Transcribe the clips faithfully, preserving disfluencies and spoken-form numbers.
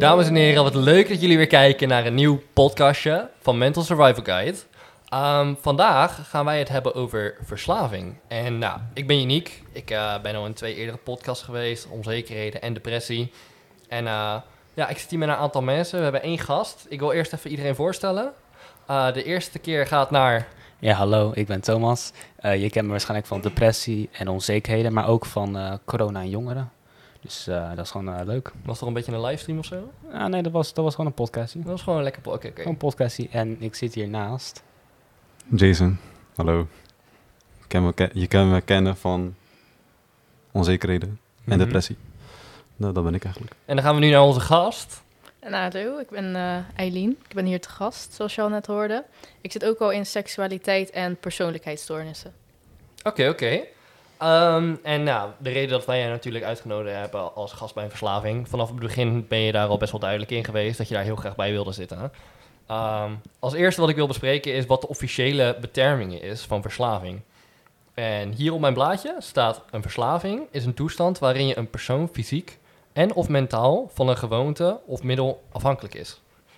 Dames en heren, wat leuk dat jullie weer kijken naar een nieuw podcastje van Mental Survival Guide. Um, vandaag gaan wij het hebben over verslaving. En nou, ik ben uniek. Ik uh, ben al in twee eerdere podcasts geweest, onzekerheden en depressie. En uh, ja, ik zit hier met een aantal mensen. We hebben één gast. Ik wil eerst even iedereen voorstellen. Uh, de eerste keer gaat naar... Ja, hallo, ik ben Thomas. Uh, je kent me waarschijnlijk van depressie en onzekerheden, maar ook van uh, corona en jongeren. Dus uh, dat is gewoon uh, leuk. Was er een beetje een livestream of zo? Uh, nee, dat was, dat was gewoon een podcastie. Dat was gewoon een lekker... Oké, okay, oké. Okay. Gewoon een podcastie en ik zit hiernaast. Jason, hallo. Je kan me, ke- je kan me kennen van onzekerheden en Mm-hmm. depressie. Nou, dat ben ik eigenlijk. En dan gaan we nu naar onze gast. En hallo, ik ben uh, Eileen. Ik ben hier te gast, zoals je al net hoorde. Ik zit ook al in seksualiteit en persoonlijkheidsstoornissen. Oké, okay, oké. Okay. Um, en nou, de reden dat wij je natuurlijk uitgenodigd hebben als gast bij een verslaving... vanaf het begin ben je daar al best wel duidelijk in geweest... dat je daar heel graag bij wilde zitten. Um, als eerste wat ik wil bespreken is wat de officiële beterming is van verslaving. En hier op mijn blaadje staat... een verslaving is een toestand waarin je een persoon fysiek... en of mentaal van een gewoonte of middel afhankelijk is.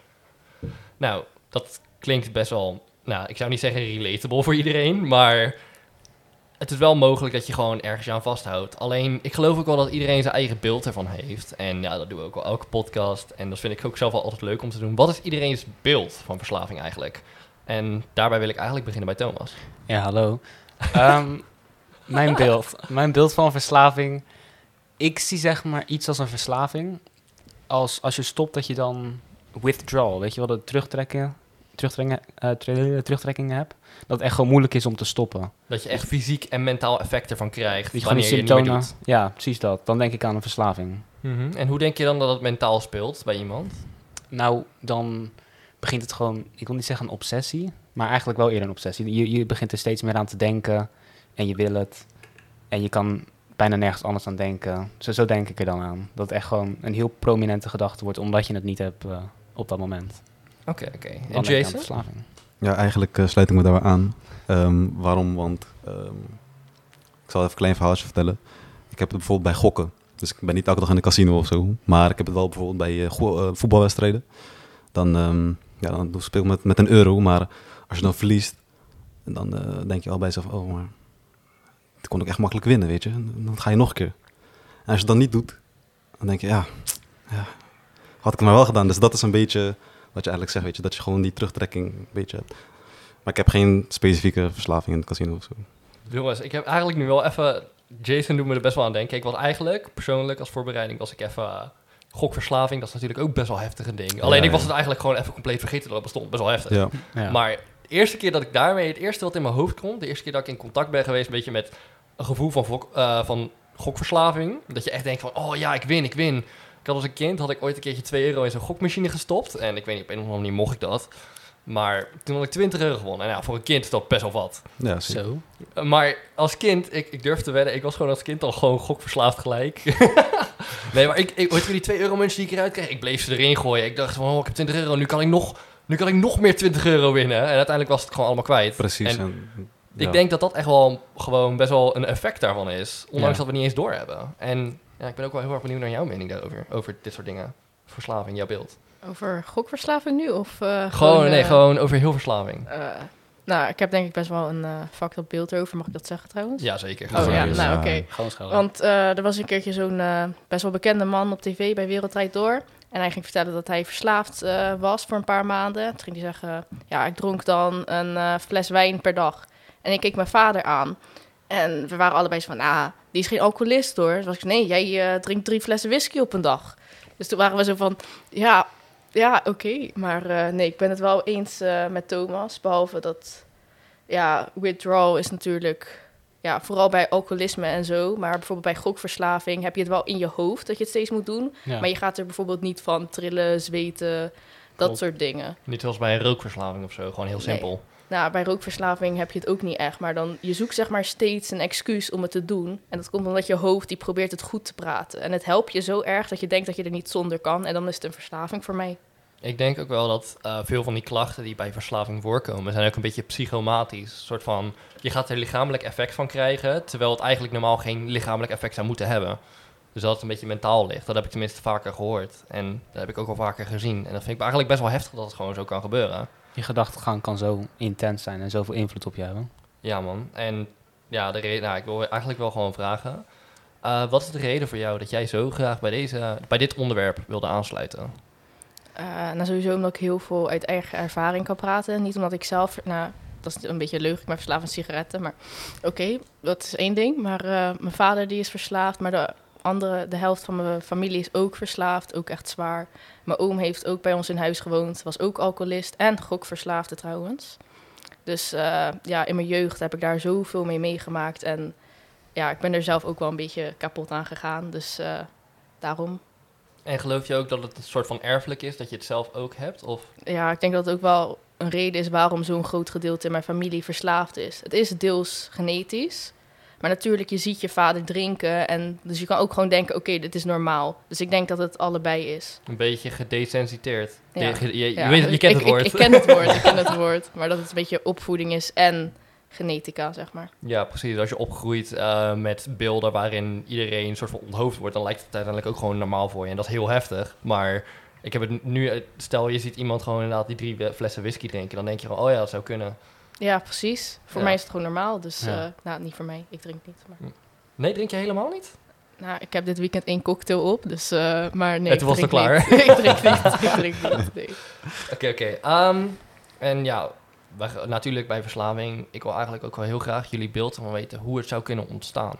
Nou, dat klinkt best wel... Nou, ik zou niet zeggen relatable voor iedereen, maar... Het is wel mogelijk dat je gewoon ergens je aan vasthoudt. Alleen, ik geloof ook wel dat iedereen zijn eigen beeld ervan heeft. En ja, dat doen we ook wel elke podcast. En dat vind ik ook zelf wel altijd leuk om te doen. Wat is iedereen's beeld van verslaving eigenlijk? En daarbij wil ik eigenlijk beginnen bij Thomas. Ja, hallo. Um, mijn beeld. Mijn beeld van verslaving... Ik zie zeg maar iets als een verslaving. Als, als je stopt dat je dan withdrawal, weet je wel, de terugtrekken... Terugtrekken, uh, ter, terugtrekkingen heb, dat het echt gewoon moeilijk is om te stoppen. Dat je echt fysiek en mentaal effect ervan krijgt. Dat je wanneer gewoon die je symptomen, niet meer doet. ja, precies dat. Dan denk ik aan een verslaving. Mm-hmm. En hoe denk je dan dat het mentaal speelt bij iemand? Nou, dan begint het gewoon, ik wil niet zeggen een obsessie, maar eigenlijk wel eerder een obsessie. Je, je begint er steeds meer aan te denken en je wil het. En je kan bijna nergens anders aan denken. Zo, zo denk ik er dan aan. Dat het echt gewoon een heel prominente gedachte wordt, omdat je het niet hebt uh, op dat moment. Oké, okay, oké. Okay. En Dan denk ik aan Jason? verslaving. Ja, eigenlijk uh, sluit ik me daarbij aan. Um, waarom? Want um, ik zal even een klein verhaaltje vertellen. Ik heb het bijvoorbeeld bij gokken. Dus ik ben niet elke dag in de casino of zo. Maar ik heb het wel bijvoorbeeld bij uh, go- uh, voetbalwedstrijden. Dan, um, ja, dan speel ik met, met een euro. Maar als je dan verliest, dan uh, denk je al bij jezelf... Oh, maar het kon ook echt makkelijk winnen, weet je. Dan ga je nog een keer. En als je het dan niet doet, dan denk je... Ja, ja had ik het maar wel gedaan. Dus dat is een beetje... Wat je eigenlijk zegt, weet je, dat je gewoon die terugtrekking een beetje hebt. Maar ik heb geen specifieke verslaving in het casino of zo. Jongens, ik heb eigenlijk nu wel even... Jason doet me er best wel aan denken. Ik was eigenlijk, persoonlijk als voorbereiding, was ik even... Uh, gokverslaving, dat is natuurlijk ook best wel heftig een ding. Alleen ja, ik was ja. het eigenlijk gewoon even compleet vergeten dat het bestond. Best wel heftig. Ja. Ja. Maar de eerste keer dat ik daarmee... Het eerste wat in mijn hoofd komt... De eerste keer dat ik in contact ben geweest... Een beetje met een gevoel van, vok, uh, van gokverslaving. Dat je echt denkt van... Oh ja, ik win, ik win. Ik had als een kind, had ik ooit een keertje twee euro in zo'n gokmachine gestopt. En ik weet niet, op een of andere manier mocht ik dat. Maar toen had ik twintig euro gewonnen. En ja, voor een kind is dat best wel wat. Ja, zie. Zo. Uh, maar als kind, ik, ik durf te wedden, ik was gewoon als kind al gewoon gokverslaafd gelijk. Nee, maar ik, ik, ooit die twee euro munten die ik eruit kreeg, ik bleef ze erin gooien. Ik dacht van, oh, ik heb twintig euro, nu kan ik nog, nu kan ik nog meer twintig euro winnen. En uiteindelijk was het gewoon allemaal kwijt. Precies. En En, ik ja. denk dat dat echt wel gewoon best wel een effect daarvan is. Ondanks Ja. dat we niet eens doorhebben. En ja, ik ben ook wel heel erg benieuwd naar jouw mening daarover. Over dit soort dingen. Verslaving, jouw beeld. Over gokverslaving nu? Of, uh, Gewoon, uh, nee, gewoon over heel verslaving. Uh, nou, ik heb denk ik best wel een uh, fucked up beeld erover. Mag ik dat zeggen trouwens? Ja, zeker. Oh ja, dus, nou uh, oké. Gewoon schelden. Want uh, er was een keertje zo'n uh, best wel bekende man op tv bij Wereldrijd Door. En hij ging vertellen dat hij verslaafd uh, was voor een paar maanden. Toen ging hij zeggen, ja, ik dronk dan een uh, fles wijn per dag. En ik keek mijn vader aan. En we waren allebei zo van, ah, die is geen alcoholist hoor. Dus was ik, nee, jij uh, drinkt drie flessen whisky op een dag. Dus toen waren we zo van, ja, ja, oké. Okay. Maar uh, nee, ik ben het wel eens uh, met Thomas. Behalve dat, ja, withdrawal is natuurlijk... Ja, vooral bij alcoholisme en zo. Maar bijvoorbeeld bij gokverslaving heb je het wel in je hoofd dat je het steeds moet doen. Ja. Maar je gaat er bijvoorbeeld niet van trillen, zweten, dat Klopt. soort dingen. Niet zoals bij een rookverslaving of zo. Gewoon heel Nee. simpel. Nou, bij rookverslaving heb je het ook niet echt. Maar dan, je zoekt zeg maar steeds een excuus om het te doen. En dat komt omdat je hoofd, die probeert het goed te praten. En het helpt je zo erg dat je denkt dat je er niet zonder kan. En dan is het een verslaving voor mij. Ik denk ook wel dat uh, veel van die klachten die bij verslaving voorkomen... zijn ook een beetje psychomatisch. Een soort van, je gaat er lichamelijk effect van krijgen... terwijl het eigenlijk normaal geen lichamelijk effect zou moeten hebben. Dus dat het een beetje mentaal ligt. Dat heb ik tenminste vaker gehoord. En dat heb ik ook al vaker gezien. En dat vind ik eigenlijk best wel heftig dat het gewoon zo kan gebeuren. Je gedachtegang kan zo intens zijn en zoveel invloed op je hebben. Ja, man. En ja, de reden, nou, ik wil eigenlijk wel gewoon vragen. Uh, wat is de reden voor jou dat jij zo graag bij, deze, bij dit onderwerp wilde aansluiten? Uh, nou, sowieso omdat ik heel veel uit eigen ervaring kan praten. Niet omdat ik zelf... Nou, dat is een beetje leuk, ik ben verslaafd aan sigaretten. Maar oké, okay, dat is één ding. Maar uh, mijn vader die is verslaafd. Maar de andere, de helft van mijn familie is ook verslaafd. Ook echt zwaar. Mijn oom heeft ook bij ons in huis gewoond. Was ook alcoholist en gokverslaafde trouwens. Dus uh, ja, in mijn jeugd heb ik daar zoveel mee meegemaakt. En ja, ik ben er zelf ook wel een beetje kapot aan gegaan. Dus uh, daarom. En geloof je ook dat het een soort van erfelijk is, dat je het zelf ook hebt? Of? Ja, ik denk dat het ook wel een reden is waarom zo'n groot gedeelte in mijn familie verslaafd is. Het is deels genetisch. Maar natuurlijk, je ziet je vader drinken. En dus je kan ook gewoon denken, oké, okay, dit is normaal. Dus ik denk dat het allebei is. Een beetje gedesensiteerd. Ja. Je, je, je, ja. weet, je kent ik, het woord. Ik, ik ken het woord, ik ken het woord. Maar dat het een beetje opvoeding is en genetica, zeg maar. Ja, precies. Als je opgroeit uh, met beelden waarin iedereen een soort van onthoofd wordt, dan lijkt het uiteindelijk ook gewoon normaal voor je. En dat is heel heftig. Maar ik heb het nu, stel je ziet iemand gewoon inderdaad die drie flessen whisky drinken, dan denk je gewoon, oh ja, dat zou kunnen. Ja, precies. Voor ja. mij is het gewoon normaal. Dus, Ja. uh, nou, niet voor mij. Ik drink niet. Maar... Nee, drink je helemaal niet? Nou, ik heb dit weekend één cocktail op, dus, uh, maar nee. En toen was het drink klaar. niet. ik drink niet. Ik drink niet, nee. Oké, oké. Okay. Um, en ja, wij, natuurlijk bij verslaving, ik wil eigenlijk ook wel heel graag jullie beeld van weten hoe het zou kunnen ontstaan.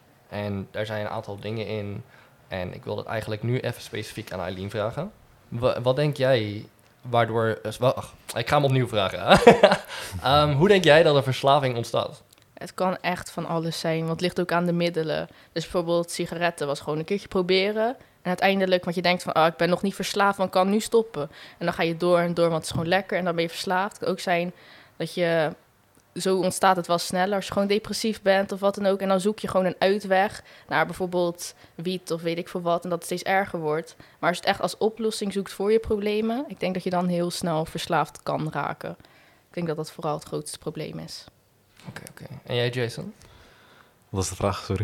En daar zijn een aantal dingen in. En ik wil dat eigenlijk nu even specifiek aan Eileen vragen. W- wat denk jij, waardoor... Uh, wacht, ik ga hem opnieuw vragen. um, hoe denk jij dat een verslaving ontstaat? Het kan echt van alles zijn, want het ligt ook aan de middelen. Dus bijvoorbeeld sigaretten was gewoon een keertje proberen. En uiteindelijk, want je denkt van, oh, ik ben nog niet verslaafd, want ik kan nu stoppen. En dan ga je door en door, want het is gewoon lekker en dan ben je verslaafd. Het kan ook zijn dat je, zo ontstaat het wel sneller als je gewoon depressief bent of wat dan ook. En dan zoek je gewoon een uitweg naar bijvoorbeeld wiet of weet ik veel wat. En dat het steeds erger wordt. Maar als je het echt als oplossing zoekt voor je problemen, ik denk dat je dan heel snel verslaafd kan raken. Ik denk dat dat vooral het grootste probleem is. Oké, okay, oké. Okay. En jij, Jason? Wat is de vraag? Sorry.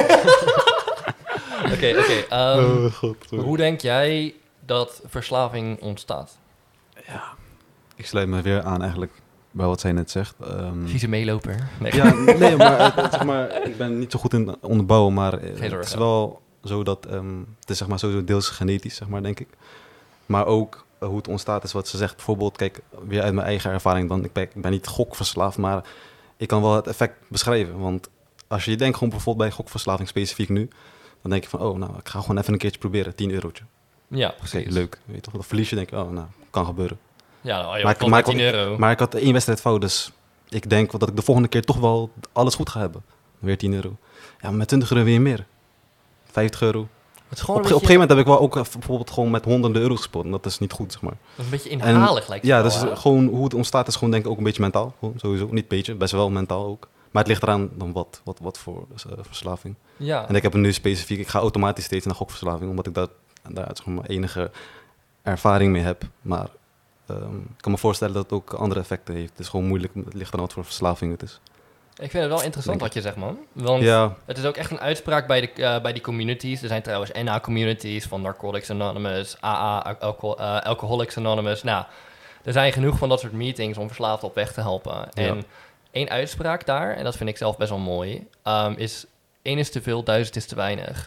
Oké, oké. Um, oh, God, sorry. Hoe denk jij dat verslaving ontstaat? Ja, ik sluit me weer aan eigenlijk bij wat zij net zegt. Um, Vieze meeloper. Nee. Ja, nee, maar, het, het, zeg maar ik ben niet zo goed in onderbouwen, maar uh, Geen het is wel zo dat um, het is zeg maar sowieso deels genetisch, zeg maar, denk ik. Maar ook uh, hoe het ontstaat is wat ze zegt. Bijvoorbeeld, kijk, weer uit mijn eigen ervaring dan. Ik ben, ik ben niet gokverslaafd, maar ik kan wel het effect beschrijven. Want als je denkt gewoon bijvoorbeeld bij gokverslaving specifiek nu, dan denk je van, oh, nou, ik ga gewoon even een keertje proberen, tien eurotje. Ja, Oké, precies. okay, leuk. Weet je toch? Dan verlies je, denk je, oh, nou, kan gebeuren. Ja, nou, joh, maar, ik maar, tien euro. maar ik had één wedstrijd fout, dus ik denk dat ik de volgende keer toch wel alles goed ga hebben. Weer tien euro. Ja, maar met twintig euro weer meer. vijftig euro. Het is Op, gewoon op een een beetje, gegeven moment heb ik wel ook uh, bijvoorbeeld gewoon met honderden euro's gespeeld. En dat is niet goed, zeg maar. dat is een beetje inhalig, lijkt het Ja, wel, dus hè? gewoon hoe het ontstaat is gewoon denk ik ook een beetje mentaal. Gewoon, sowieso. Niet een beetje, best wel mentaal ook. Maar het ligt eraan dan wat, wat, wat voor uh, verslaving. Ja. En ik heb hem nu specifiek, ik ga automatisch steeds naar gokverslaving, omdat ik dat, daar zeg maar, enige ervaring mee heb. Maar um, ik kan me voorstellen dat het ook andere effecten heeft. Het is gewoon moeilijk, het ligt eraan wat voor verslaving het is. Ik vind het wel interessant wat je zegt, man. Want Ja, het is ook echt een uitspraak bij, de, uh, bij die communities. Er zijn trouwens N A-communities van Narcotics Anonymous, A A, alcohol, uh, Alcoholics Anonymous. Nou, er zijn genoeg van dat soort meetings om verslaafden op weg te helpen. Ja. En één uitspraak daar, en dat vind ik zelf best wel mooi, um, is één is te veel, duizend is te weinig.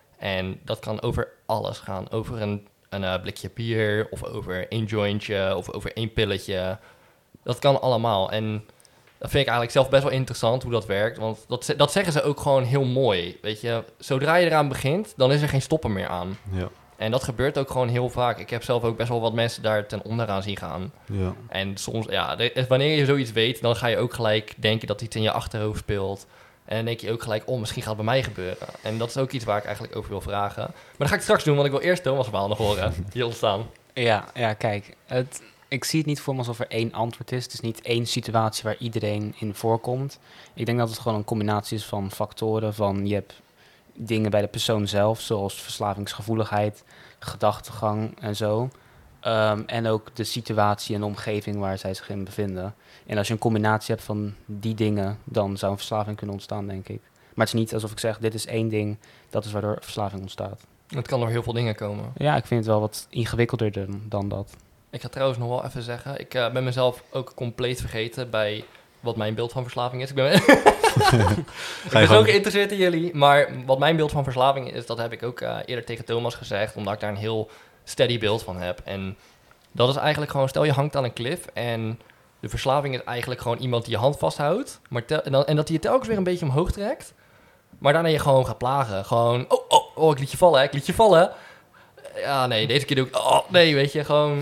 En dat kan over alles gaan. Over een, een uh, blikje bier, of over één jointje, of over één pilletje. Dat kan allemaal. En dat vind ik eigenlijk zelf best wel interessant hoe dat werkt. Want dat, dat zeggen ze ook gewoon heel mooi. Weet je, zodra je eraan begint, dan is er geen stoppen meer aan. ja, En dat gebeurt ook gewoon heel vaak. Ik heb zelf ook best wel wat mensen daar ten onder aan zien gaan. ja. En soms, ja, de- wanneer je zoiets weet, dan ga je ook gelijk denken dat iets in je achterhoofd speelt. En dan denk je ook gelijk, oh, misschien gaat het bij mij gebeuren. En dat is ook iets waar ik eigenlijk over wil vragen. Maar dat ga ik straks doen, want ik wil eerst Thomas' verhaal nog horen. Hier ontstaan. Ja, ja kijk. Het, ik zie het niet voor me alsof er één antwoord is. Het is niet één situatie waar iedereen in voorkomt. Ik denk dat het gewoon een combinatie is van factoren. Van je hebt dingen bij de persoon zelf, zoals verslavingsgevoeligheid, gedachtegang en zo. Um, en ook de situatie en de omgeving waar zij zich in bevinden. En als je een combinatie hebt van die dingen, dan zou een verslaving kunnen ontstaan, denk ik. Maar het is niet alsof ik zeg, dit is één ding, dat is waardoor verslaving ontstaat. Het kan door heel veel dingen komen. Ja, ik vind het wel wat ingewikkelder dan, dan dat. Ik ga trouwens nog wel even zeggen, ik uh, ben mezelf ook compleet vergeten bij wat mijn beeld van verslaving is. Ik ben, ik ben zo geïnteresseerd in jullie, maar wat mijn beeld van verslaving is, dat heb ik ook uh, eerder tegen Thomas gezegd, omdat ik daar een heel steady beeld van heb. En dat is eigenlijk gewoon, stel je hangt aan een klif en de verslaving is eigenlijk gewoon iemand die je hand vasthoudt, maar tel, en, dan, en dat hij je telkens weer een beetje omhoog trekt, maar daarna je gewoon gaat plagen. Gewoon, oh, oh, oh, ik liet je vallen, hè, ik liet je vallen. Ja, nee, deze keer doe ik, oh, nee, weet je, gewoon.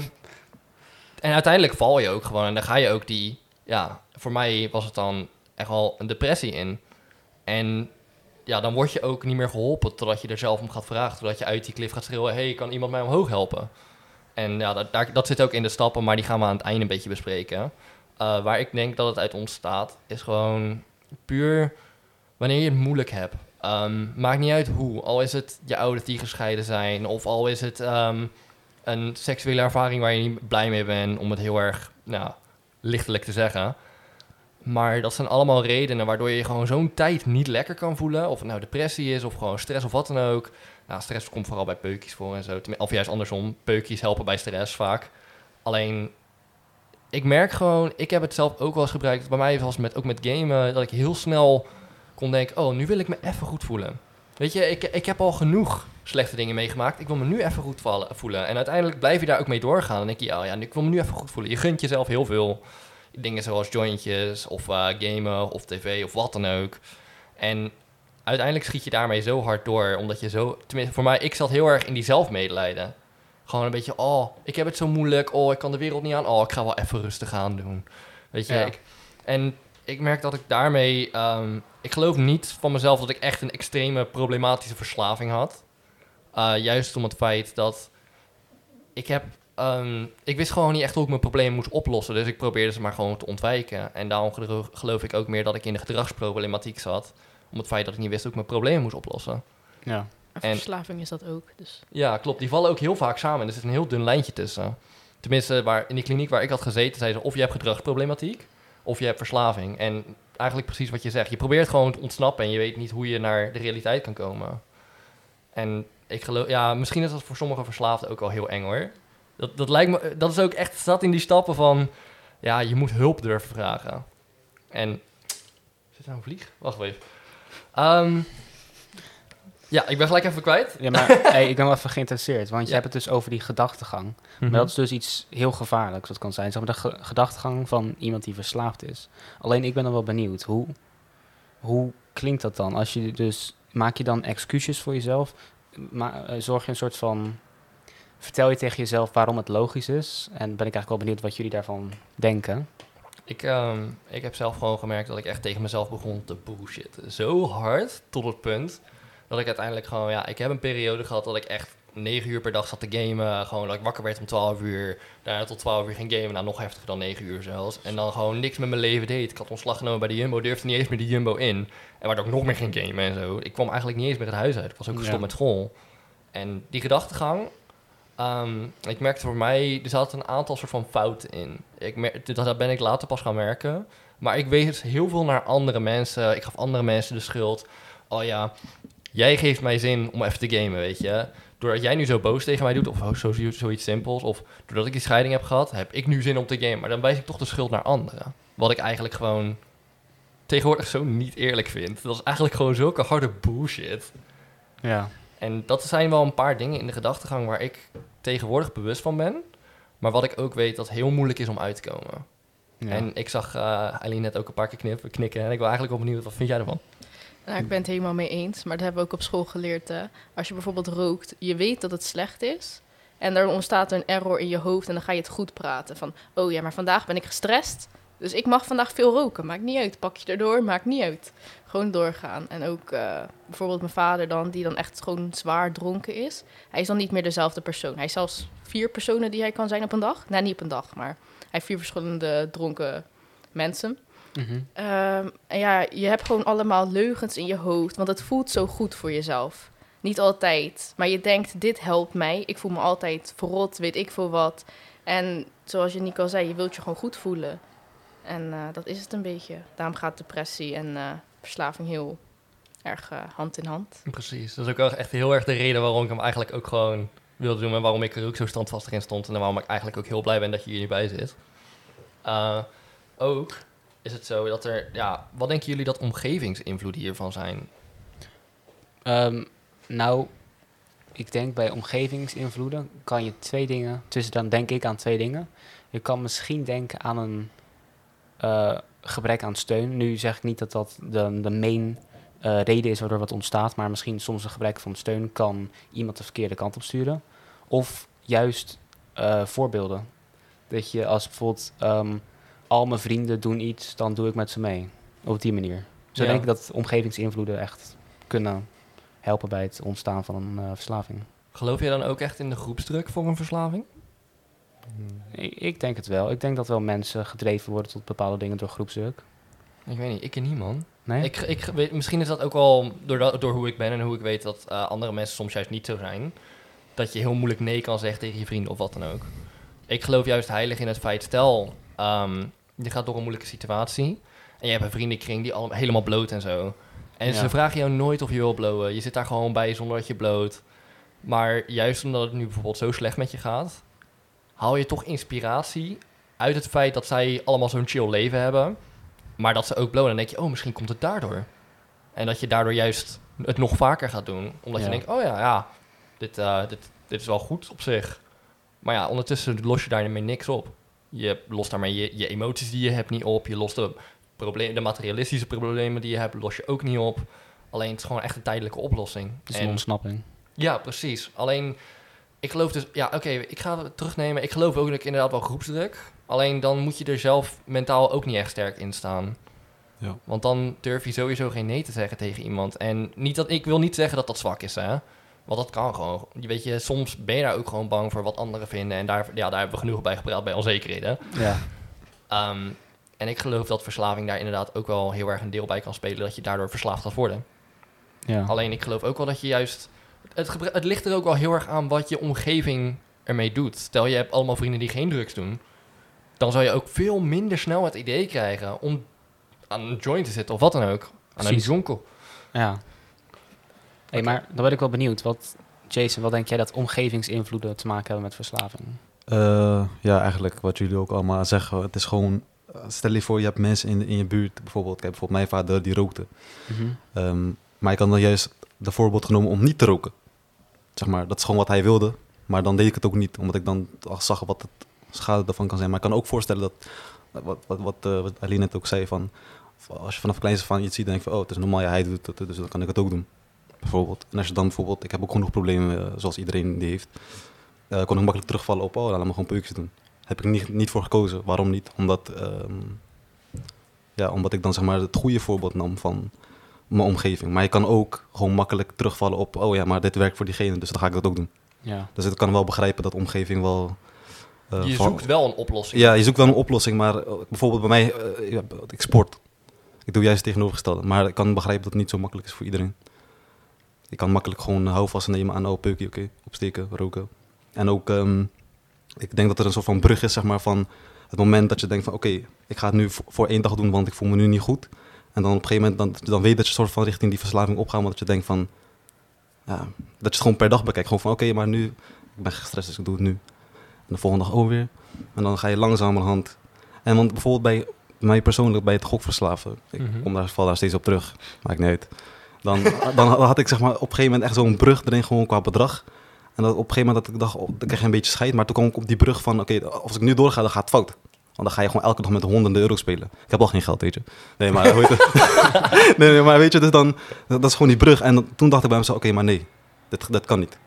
En uiteindelijk val je ook gewoon en dan ga je ook die, ja, voor mij was het dan echt wel een depressie in. En ja, dan word je ook niet meer geholpen totdat je er zelf om gaat vragen, totdat je uit die klif gaat schreeuwen, hey, kan iemand mij omhoog helpen? En ja, dat, daar, dat zit ook in de stappen, maar die gaan we aan het einde een beetje bespreken. Uh, waar ik denk dat het uit ontstaat, is gewoon puur wanneer je het moeilijk hebt. Um, maakt niet uit hoe. Al is het je ouders die gescheiden zijn, of al is het um, een seksuele ervaring waar je niet blij mee bent, om het heel erg nou, lichtelijk te zeggen. Maar dat zijn allemaal redenen waardoor je je gewoon zo'n tijd niet lekker kan voelen. Of het nou depressie is, of gewoon stress of wat dan ook. Nou, stress komt vooral bij peukjes voor en zo. Of juist andersom, peukjes helpen bij stress vaak. Alleen, ik merk gewoon, ik heb het zelf ook wel eens gebruikt. Bij mij was het met, ook met gamen, dat ik heel snel kon denken, oh, nu wil ik me even goed voelen. Weet je, ik, ik heb al genoeg slechte dingen meegemaakt. Ik wil me nu even goed vallen, voelen. En uiteindelijk blijf je daar ook mee doorgaan. Dan denk je, oh ja, ik wil me nu even goed voelen. Je gunt jezelf heel veel dingen zoals jointjes of uh, gamen of tv of wat dan ook. En uiteindelijk schiet je daarmee zo hard door, omdat je zo... Tenminste, voor mij, ik zat heel erg in die zelfmedelijden. Gewoon een beetje, oh, ik heb het zo moeilijk. Oh, ik kan de wereld niet aan. Oh, ik ga wel even rustig aan doen. Weet je, Ja. ik, en ik merk dat ik daarmee... Um, ik geloof niet van mezelf dat ik echt een extreme problematische verslaving had. Uh, juist om het feit dat ik heb... Um, ik wist gewoon niet echt hoe ik mijn problemen moest oplossen. Dus ik probeerde ze maar gewoon te ontwijken. En daarom gelo- geloof ik ook meer dat ik in de gedragsproblematiek zat. Om het feit dat ik niet wist hoe ik mijn problemen moest oplossen. Ja. En En- verslaving is dat ook. Dus. Ja, klopt. Die vallen ook heel vaak samen. Er zit een heel dun lijntje tussen. Tenminste, waar, in die kliniek waar ik had gezeten, zeiden ze of je hebt gedragsproblematiek of je hebt verslaving. En eigenlijk precies wat je zegt. Je probeert gewoon te ontsnappen en je weet niet hoe je naar de realiteit kan komen. En ik geloof, ja, misschien is dat voor sommige verslaafden ook wel heel eng hoor. Dat, dat lijkt me, dat is ook echt, staat in die stappen van, ja, je moet hulp durven vragen. En, zit daar een vlieg? Wacht even. Um, ja, ik ben gelijk even kwijt. Ja, maar hey, ik ben wel even geïnteresseerd, want je Ja. hebt het dus over die gedachtegang. Mhm. Maar dat is dus iets heel gevaarlijks, dat kan zijn. Zeg maar de ge- gedachtegang van iemand die verslaafd is. Alleen ik ben dan wel benieuwd, hoe, hoe klinkt dat dan? Als je dus, maak je dan excuses voor jezelf? Ma- eh, zorg je een soort van... Vertel je tegen jezelf waarom het logisch is? En ben ik eigenlijk wel benieuwd wat jullie daarvan denken. Ik, um, ik heb zelf gewoon gemerkt dat ik echt tegen mezelf begon te bullshitten. Zo hard, tot het punt dat ik uiteindelijk gewoon... Ja, ik heb een periode gehad dat ik echt negen uur per dag zat te gamen. Gewoon dat ik wakker werd om twaalf uur. Daarna tot twaalf uur ging gamen. Nou, nog heftiger dan negen uur zelfs. En dan gewoon niks met mijn leven deed. Ik had ontslag genomen bij de Jumbo. Durfde niet eens meer de Jumbo in. En waardoor ik nog meer ging gamen en zo. Ik kwam eigenlijk niet eens meer het huis uit. Ik was ook gestopt Ja. met school. En die gedachtegang... Um, ik merkte voor mij, er zaten een aantal soort van fouten in. Ik mer- dat ben ik later pas gaan merken. Maar ik wees heel veel naar andere mensen. Ik gaf andere mensen de schuld. Oh ja, jij geeft mij zin om even te gamen, weet je. Doordat jij nu zo boos tegen mij doet, of zo, zo, zoiets simpels. Of doordat ik die scheiding heb gehad, heb ik nu zin om te gamen. Maar dan wijs ik toch de schuld naar anderen. Wat ik eigenlijk gewoon tegenwoordig zo niet eerlijk vind. Dat is eigenlijk gewoon zulke harde bullshit. Ja. En dat zijn wel een paar dingen in de gedachtegang waar ik tegenwoordig bewust van ben. Maar wat ik ook weet dat heel moeilijk is om uit te komen. Ja. En ik zag uh, Eileen net ook een paar keer knippen, knikken. En ik wil eigenlijk wel benieuwd, wat vind jij ervan? Nou, ik ben het helemaal mee eens, maar dat hebben we ook op school geleerd. Hè. Als je bijvoorbeeld rookt, je weet dat het slecht is. En dan ontstaat er een error in je hoofd en dan ga je het goed praten. Van, oh ja, maar vandaag ben ik gestrest. Dus ik mag vandaag veel roken. Maakt niet uit. Pak je erdoor, maakt niet uit. Gewoon doorgaan. En ook uh, bijvoorbeeld mijn vader dan, die dan echt gewoon zwaar dronken is. Hij is dan niet meer dezelfde persoon. Hij is zelfs vier personen die hij kan zijn op een dag. Nee, niet op een dag, maar hij heeft vier verschillende dronken mensen. Mhm. Um, en ja, je hebt gewoon allemaal leugens in je hoofd, want het voelt zo goed voor jezelf. Niet altijd, maar je denkt, dit helpt mij. Ik voel me altijd verrot, weet ik veel wat. En zoals je Nico zei, je wilt je gewoon goed voelen. En uh, dat is het een beetje. Daarom gaat depressie en uh, verslaving heel erg uh, hand in hand. Precies. Dat is ook wel echt heel erg de reden waarom ik hem eigenlijk ook gewoon wilde doen en waarom ik er ook zo standvastig in stond en waarom ik eigenlijk ook heel blij ben dat je hier nu bij zit. Uh, ook is het zo dat er, ja, wat denken jullie dat omgevingsinvloeden hiervan zijn? Um, nou, ik denk bij omgevingsinvloeden kan je twee dingen, dus dan denk ik aan twee dingen. Je kan misschien denken aan een uh, gebrek aan steun. Nu zeg ik niet dat dat de, de main uh, reden is waardoor wat ontstaat, maar misschien soms een gebrek van steun kan iemand de verkeerde kant op sturen. Of juist uh, voorbeelden. Dat je als bijvoorbeeld um, al mijn vrienden doen iets, dan doe ik met ze mee. Op die manier. Zo Ja. denk ik dat omgevingsinvloeden echt kunnen helpen bij het ontstaan van een uh, verslaving. Geloof je dan ook echt in de groepsdruk voor een verslaving? Ik, ik denk het wel. Ik denk dat wel mensen gedreven worden tot bepaalde dingen door groepsdruk. Ik weet niet, ik ken niet, man. Nee? Ik, ik weet, misschien is dat ook wel door, dat, door hoe ik ben en hoe ik weet dat uh, andere mensen soms juist niet zo zijn. Dat je heel moeilijk nee kan zeggen tegen je vrienden of wat dan ook. Ik geloof juist heilig in het feit, stel, um, je gaat door een moeilijke situatie en je hebt een vriendenkring die al helemaal bloot en zo. En Ja. ze vragen jou nooit of je wil blowen. Je zit daar gewoon bij zonder dat je bloot. Maar juist omdat het nu bijvoorbeeld zo slecht met je gaat, haal je toch inspiratie uit het feit dat zij allemaal zo'n chill leven hebben, maar dat ze ook blowen. En dan denk je, oh, misschien komt het daardoor. En dat je daardoor juist het nog vaker gaat doen. Omdat Ja. je denkt, oh ja, ja dit, uh, dit, dit is wel goed op zich. Maar ja, ondertussen los je daarmee niks op. Je lost daarmee je, je emoties die je hebt niet op. Je lost de, probleem, de materialistische problemen die je hebt, los je ook niet op. Alleen het is gewoon echt een tijdelijke oplossing. Het is En- een ontsnapping. ja, precies. Alleen, ik geloof dus... Ja, oké, ik ga het terugnemen. Ik geloof ook dat ik inderdaad wel groepsdruk. Alleen dan moet je er zelf mentaal ook niet echt sterk in staan. Ja. Want dan durf je sowieso geen nee te zeggen tegen iemand. En niet dat, ik wil niet zeggen dat dat zwak is, hè. Want dat kan gewoon. Je weet je, soms ben je daar ook gewoon bang voor wat anderen vinden. En daar, ja, daar hebben we genoeg bij gepraat bij onzekerheden. Ja. Um, en ik geloof dat verslaving daar inderdaad ook wel heel erg een deel bij kan spelen. Dat je daardoor verslaafd gaat worden. Ja. Alleen ik geloof ook wel dat je juist... Het, gebru- het ligt er ook wel heel erg aan wat je omgeving ermee doet. Stel, je hebt allemaal vrienden die geen drugs doen. Dan zou je ook veel minder snel het idee krijgen om aan een joint te zitten of wat dan ook. Aan een Precies. jonkel. Ja. Hey, maar dan ben ik wel benieuwd. Wat, Jason, wat denk jij dat omgevingsinvloeden te maken hebben met verslaving? Uh, ja, eigenlijk wat jullie ook allemaal zeggen. Het is gewoon, uh, stel je voor je hebt mensen in, in je buurt. Bijvoorbeeld, kijk, bijvoorbeeld mijn vader die rookte. Mm-hmm. Um, maar ik had dan juist de voorbeeld genomen om niet te roken. Zeg maar, dat is gewoon wat hij wilde. Maar dan deed ik het ook niet, omdat ik dan zag wat het schade ervan kan zijn. Maar ik kan ook voorstellen dat, wat, wat, wat, uh, wat Aline net ook zei, van, als je vanaf kleins af aan iets ziet, dan denk je van, oh, het is normaal, ja, hij doet het, dus dan kan ik het ook doen. Bijvoorbeeld. En als je dan bijvoorbeeld, ik heb ook genoeg problemen, uh, zoals iedereen die heeft, uh, kon ik makkelijk terugvallen op, oh, laat me gewoon peukjes doen. Heb ik niet, niet voor gekozen. Waarom niet? Omdat, um, ja, omdat ik dan zeg maar het goede voorbeeld nam van mijn omgeving. Maar je kan ook gewoon makkelijk terugvallen op, oh ja, maar dit werkt voor diegene, dus dan ga ik dat ook doen. Ja. Dus ik kan wel begrijpen dat omgeving wel... Uh, Je van- zoekt wel een oplossing. Ja, je zoekt wel een oplossing, maar uh, bijvoorbeeld bij mij, uh, ja, ik sport. Ik doe juist het tegenovergestelde, maar ik kan begrijpen dat het niet zo makkelijk is voor iedereen. Je kan makkelijk gewoon houvast nemen aan, oh, peukje, oké, opsteken, roken. En ook, um, ik denk dat er een soort van brug is, zeg maar, van het moment dat je denkt van, oké, okay, ik ga het nu voor, voor één dag doen, want ik voel me nu niet goed. En dan op een gegeven moment, dan, dan weet je dat je soort van richting die verslaving opgaat, maar dat je denkt van, ja, dat je het gewoon per dag bekijkt. Gewoon van, oké, okay, maar nu, ik ben gestrest, dus ik doe het nu. En de volgende dag ook weer. En dan ga je langzamerhand. En want bijvoorbeeld bij mij persoonlijk, bij het gokverslaven, ik Mhm. kom daar, val daar steeds op terug, maakt niet uit. Dan, dan had ik zeg maar op een gegeven moment echt zo'n brug erin, gewoon qua bedrag. En dat op een gegeven moment dat ik dacht, oh, dan krijg je een beetje scheid. Maar toen kwam ik op die brug van, oké, okay, als ik nu doorga, dan gaat het fout. Want dan ga je gewoon elke dag met honderden euro spelen. Ik heb al geen geld, weet je. Nee, maar, hoe heet het? nee, nee, maar weet je, dus dan, dat is gewoon die brug. En dan, toen dacht ik bij mezelf, oké, okay, maar nee, dit, dat kan niet.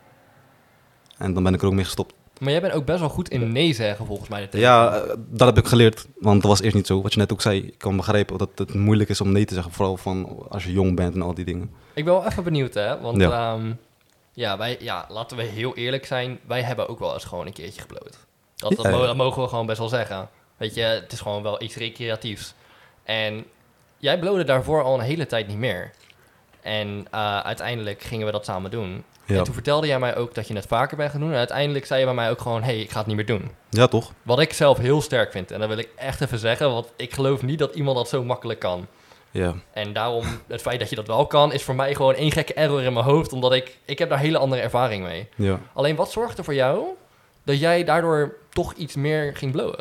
En dan ben ik er ook mee gestopt. Maar jij bent ook best wel goed in nee zeggen, volgens mij. Ja, uh, dat heb ik geleerd, want dat was eerst niet zo. Wat je net ook zei, ik kan begrijpen dat het moeilijk is om nee te zeggen. Vooral van als je jong bent en al die dingen. Ik ben wel even benieuwd, hè. Want Ja. ja. Um, ja, wij, ja, laten we heel eerlijk zijn. Wij hebben ook wel eens gewoon een keertje gebloot. Dat, dat, Ja, ja. mo- dat mogen we gewoon best wel zeggen. Weet je, het is gewoon wel iets recreatiefs. En jij blode daarvoor al een hele tijd niet meer. En uh, uiteindelijk gingen we dat samen doen. Ja, En toen vertelde jij mij ook dat je het vaker bent gaan doen. En uiteindelijk zei je bij mij ook gewoon, hé, hey, ik ga het niet meer doen. ja toch? Wat ik zelf heel sterk vind. En dat wil ik echt even zeggen. Want ik geloof niet dat iemand dat zo makkelijk kan. Ja. En daarom, het feit dat je dat wel kan, is voor mij gewoon één gekke error in mijn hoofd. Omdat ik, ik heb daar hele andere ervaring mee. Ja. Alleen, wat zorgde voor jou dat jij daardoor toch iets meer ging blowen?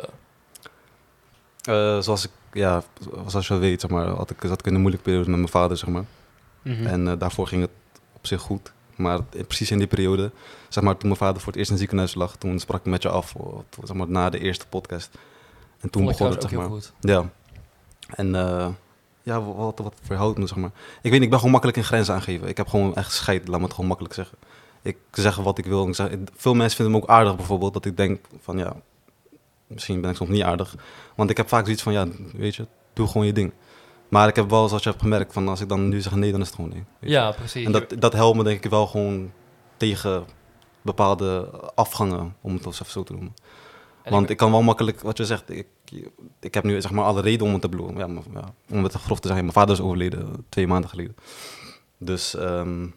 Uh, zoals ik, ja, zoals je weet, zeg maar, had ik, zat ik in een moeilijke periode met mijn vader, zeg maar. Mhm. En uh, daarvoor ging het op zich goed. Maar in, precies in die periode, zeg maar, toen mijn vader voor het eerst in het ziekenhuis lag, toen sprak ik met je af, of, zeg maar, na de eerste podcast. En toen Vond ik begon het, trouwens zeg ook maar. heel goed. Ja. En uh, ja, wat, wat verhoudt me, zeg maar. Ik weet niet, ik ben gewoon makkelijk in grenzen aangeven. Ik heb gewoon echt scheid, laat me het gewoon makkelijk zeggen. Ik zeg wat ik wil. Ik zeg, veel mensen vinden me ook aardig, bijvoorbeeld, dat ik denk van, ja, misschien ben ik soms niet aardig. Want ik heb vaak zoiets van, ja, weet je, doe gewoon je ding. Maar ik heb wel, zoals je hebt gemerkt, van als ik dan nu zeg nee, dan is het gewoon nee. Weet je. Ja, precies. En dat, dat helpt me denk ik wel gewoon tegen bepaalde afgangen, om het eens even zo te noemen. En Want ik- ik kan wel makkelijk, wat je zegt, ik, ik heb nu zeg maar alle reden om het te bloemen. Ja, maar, ja, om het grof te zeggen, mijn vader is overleden twee maanden geleden. Dus um,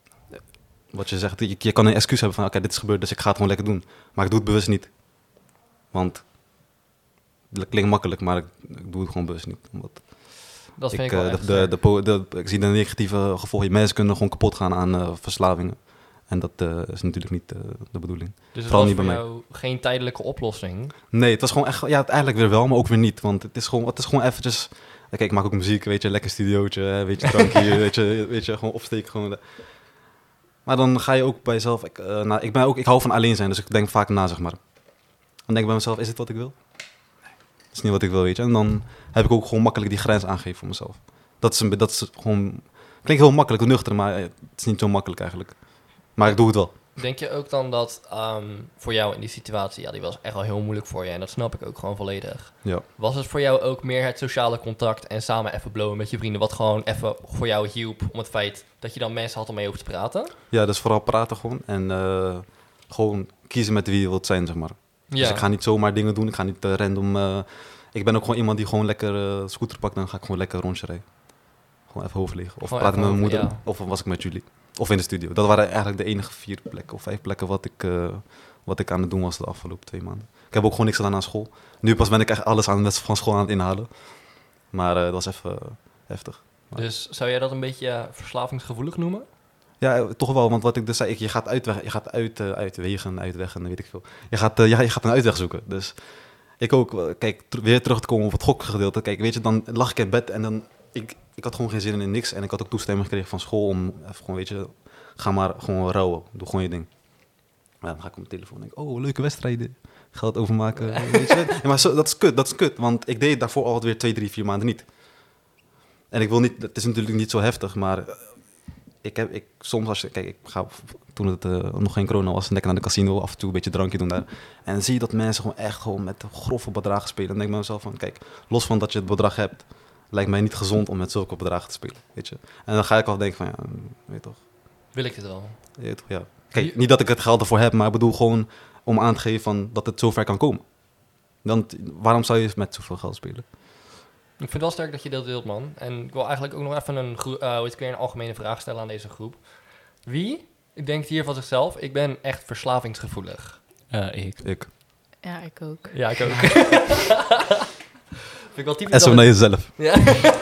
wat je zegt, je, je kan een excuus hebben van oké, dit is gebeurd, dus ik ga het gewoon lekker doen. Maar ik doe het bewust niet. Want dat klinkt makkelijk, maar ik, ik doe het gewoon bewust niet. Omdat dat vind ik, ik wel uh, echt de, de, sterk. de, de, de, ik zie de negatieve gevolgen. Mensen kunnen gewoon kapot gaan aan uh, verslavingen. En dat uh, is natuurlijk niet uh, de bedoeling. Dus het vooral was niet voor bij jou geen tijdelijke oplossing. Nee, het was gewoon echt, ja, eigenlijk weer wel, maar ook weer niet. Want het is gewoon, het is gewoon eventjes. Kijk, ik maak ook muziek, weet je, lekker studiootje, hè, weet je, drankje, weet je, weet je, gewoon opsteken. Gewoon. Maar dan ga je ook bij jezelf. Ik, uh, nou, ik ben ook, ik hou van alleen zijn, dus ik denk vaak na, zeg maar. Dan denk ik bij mezelf, is dit wat ik wil? Nee, dat is niet wat ik wil, weet je. En dan heb ik ook gewoon makkelijk die grens aangegeven voor mezelf. Dat is, een, dat is gewoon, klinkt heel makkelijk, nuchter, maar het is niet zo makkelijk eigenlijk. Maar ik doe het wel. Denk je ook dan dat um, voor jou in die situatie, ja, die was echt wel heel moeilijk voor je en dat snap ik ook gewoon volledig. Ja. Was het voor jou ook meer het sociale contact en samen even blowen met je vrienden, wat gewoon even voor jou hielp om het feit dat je dan mensen had om mee over te praten? Ja, dus vooral praten gewoon en uh, gewoon kiezen met wie je wilt zijn, zeg maar. Ja. Dus ik ga niet zomaar dingen doen, ik ga niet uh, random... Uh, ik ben ook gewoon iemand die gewoon lekker uh, scooter pakt, dan ga ik gewoon lekker een rondje rijden. Gewoon even hoofd liggen. Of Gewoon praten met even mijn over, moeder, ja. of was ik met jullie. Of in de studio. Dat waren eigenlijk de enige vier plekken of vijf plekken wat ik, uh, wat ik aan het doen was de afgelopen twee maanden. Ik heb ook gewoon niks gedaan aan school. Nu pas ben ik echt alles aan, van school aan het inhalen. Maar uh, dat was even uh, heftig. Maar... Dus zou jij dat een beetje uh, verslavingsgevoelig noemen? Ja, toch wel, want wat ik dus zei, ik, je gaat, uitweg, je gaat uit, uh, uitwegen, uitweggen, weet ik veel. Je gaat, uh, ja, je gaat een uitweg zoeken. Dus ik ook, uh, kijk, t- weer terug te komen op het gokgedeelte. Kijk, weet je, dan lag ik in bed en dan, ik, ik had gewoon geen zin in niks. En ik had ook toestemming gekregen van school om even gewoon, weet je, ga maar gewoon rouwen. Doe gewoon je ding. Maar dan ga ik op mijn telefoon en denk, oh, leuke wedstrijden. Geld overmaken, weet je. Ja, maar zo, dat is kut, dat is kut. Want ik deed het daarvoor alweer twee, drie, vier maanden niet. En ik wil niet, het is natuurlijk niet zo heftig, maar... Ik heb, ik, soms als je, kijk, ik ga, toen het uh, nog geen corona was, lekker naar de casino, af en toe een beetje drankje doen daar. En dan zie je dat mensen gewoon echt gewoon met grove bedragen spelen. Dan denk ik bij mezelf van, kijk, los van dat je het bedrag hebt, lijkt mij niet gezond om met zulke bedragen te spelen, weet je. En dan ga ik al denken van, ja, weet je toch. Wil ik dit wel? Weet je toch, ja. Kijk, niet dat ik het geld ervoor heb, maar ik bedoel gewoon om aan te geven van dat het zover kan komen. Dan, waarom zou je met zoveel geld spelen? Ik vind het wel sterk dat je dat deelt, man. En ik wil eigenlijk ook nog even een, gro- uh, hoe heet het, een algemene vraag stellen aan deze groep. Wie denkt hier van zichzelf, ik ben echt verslavingsgevoelig? Uh, ik. Ik. Ja, ik ook. Ja, ik ook. Vind ik wel typisch. En zo dat naar het- jezelf. Ja.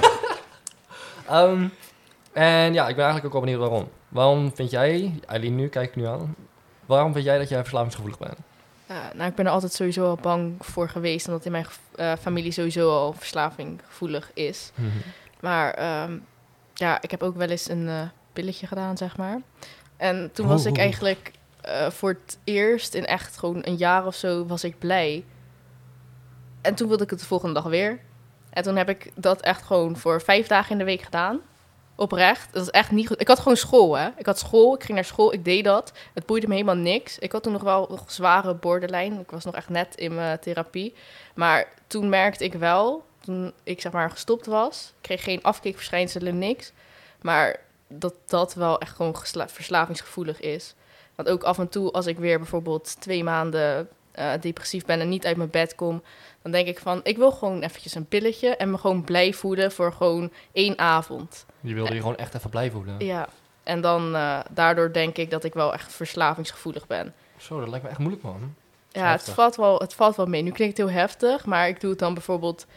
um, en ja, ik ben eigenlijk ook wel benieuwd waarom. Waarom vind jij, Eileen nu, kijk ik nu aan, waarom vind jij dat jij verslavingsgevoelig bent? Ja, nou, ik ben er altijd sowieso al bang voor geweest, omdat in mijn uh, familie sowieso al verslavinggevoelig is. Maar ehm, ja, ik heb ook wel eens een uh, pilletje gedaan, zeg maar. En toen was ik eigenlijk uh, voor het eerst in echt gewoon een jaar of zo was ik blij. En toen wilde ik het de volgende dag weer. En toen heb ik dat echt gewoon voor vijf dagen in de week gedaan. Oprecht. Dat is echt niet goed. Ik had gewoon school, hè. Ik had school, ik ging naar school, ik deed dat. Het boeide me helemaal niks. Ik had toen nog wel nog zware borderline. Ik was nog echt net in mijn therapie. Maar toen merkte ik wel, toen ik zeg maar gestopt was, ik kreeg geen afkeekverschijnselen, niks. Maar dat dat wel echt gewoon gesla- verslavingsgevoelig is. Want ook af en toe, als ik weer bijvoorbeeld twee maanden uh, depressief ben en niet uit mijn bed kom, dan denk ik van, ik wil gewoon eventjes een pilletje en me gewoon blij voelen voor gewoon één avond. Je wilde je gewoon echt even blij voelen. Ja, en dan uh, daardoor denk ik dat ik wel echt verslavingsgevoelig ben. Zo, dat lijkt me echt moeilijk, man. Ja, het valt, wel, het valt wel mee. Nu klinkt het heel heftig, maar ik doe het dan bijvoorbeeld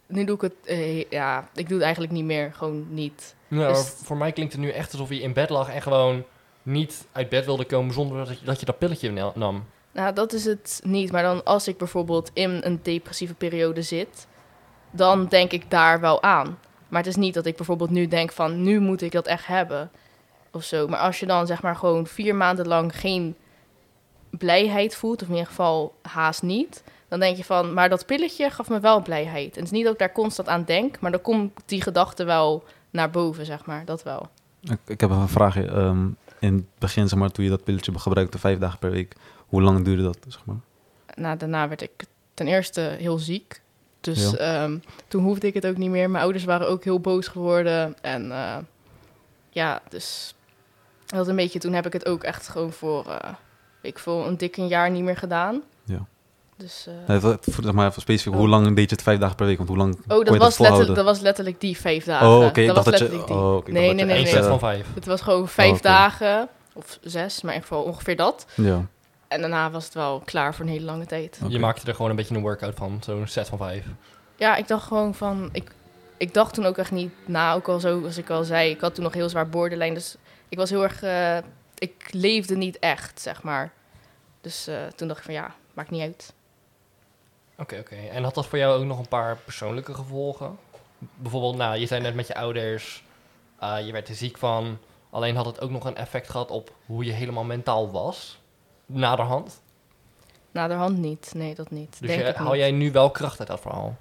nu doe ik het, eh, ja, ik doe het eigenlijk niet meer, gewoon niet. Ja, Dus- maar voor mij klinkt het nu echt alsof je in bed lag en gewoon niet uit bed wilde komen zonder dat je dat, je dat pilletje na- nam. Nou, dat is het niet. Maar dan als ik bijvoorbeeld in een depressieve periode zit, dan denk ik daar wel aan. Maar het is niet dat ik bijvoorbeeld nu denk van, nu moet ik dat echt hebben. Of zo. Maar als je dan zeg maar gewoon vier maanden lang geen blijheid voelt, of in ieder geval haast niet, dan denk je van, maar dat pilletje gaf me wel blijheid. En het is niet dat ik daar constant aan denk, maar dan komt die gedachte wel naar boven, zeg maar. Dat wel. Ik, ik heb even een vraagje. Ehm, in het begin, zeg maar, toen je dat pilletje gebruikte, vijf dagen per week, hoe lang duurde dat, zeg maar? Nou, daarna werd ik ten eerste heel ziek. Dus Ja. ehm, toen hoefde ik het ook niet meer. Mijn ouders waren ook heel boos geworden. En eh, ja, dus dat een beetje. Toen heb ik het ook echt gewoon voor, eh weet ik veel, een dik een jaar niet meer gedaan. Ja. Dus, eh, Nee, wat- voor- zeg maar even specifiek, Oh. hoe lang deed je het vijf dagen per week? Want hoe lang kon oh, je dat dat was, letterlijk, volhouden? dat was letterlijk die vijf dagen. Oh, oké, ik dat dacht was dat je... letterlijk die. Oh, oké, ik Nee, dacht nee, dat je Eén nee, echt, set eh, van vijf. Het was gewoon vijf Oh, oké. dagen. Of zes, maar in ieder geval ongeveer dat. Ja. En daarna was het wel klaar voor een hele lange tijd. Oké. Je maakte er gewoon een beetje een workout van, zo'n set van vijf. Ja, ik dacht gewoon van... Ik, ik dacht toen ook echt niet na, ook al zo, als ik al zei. Ik had toen nog heel zwaar borderline, dus ik was heel erg... eh, ik leefde niet echt, zeg maar. Dus eh, toen dacht ik van ja, maakt niet uit. Oké, oké. En had dat voor jou ook nog een paar persoonlijke gevolgen? Bijvoorbeeld, nou, je zei net met je ouders, eh, je werd er ziek van. Alleen had het ook nog een effect gehad op hoe je helemaal mentaal was, naderhand. Naderhand niet, nee, dat niet. Dus Denk je, het haal niet. jij nu wel kracht uit dat verhaal?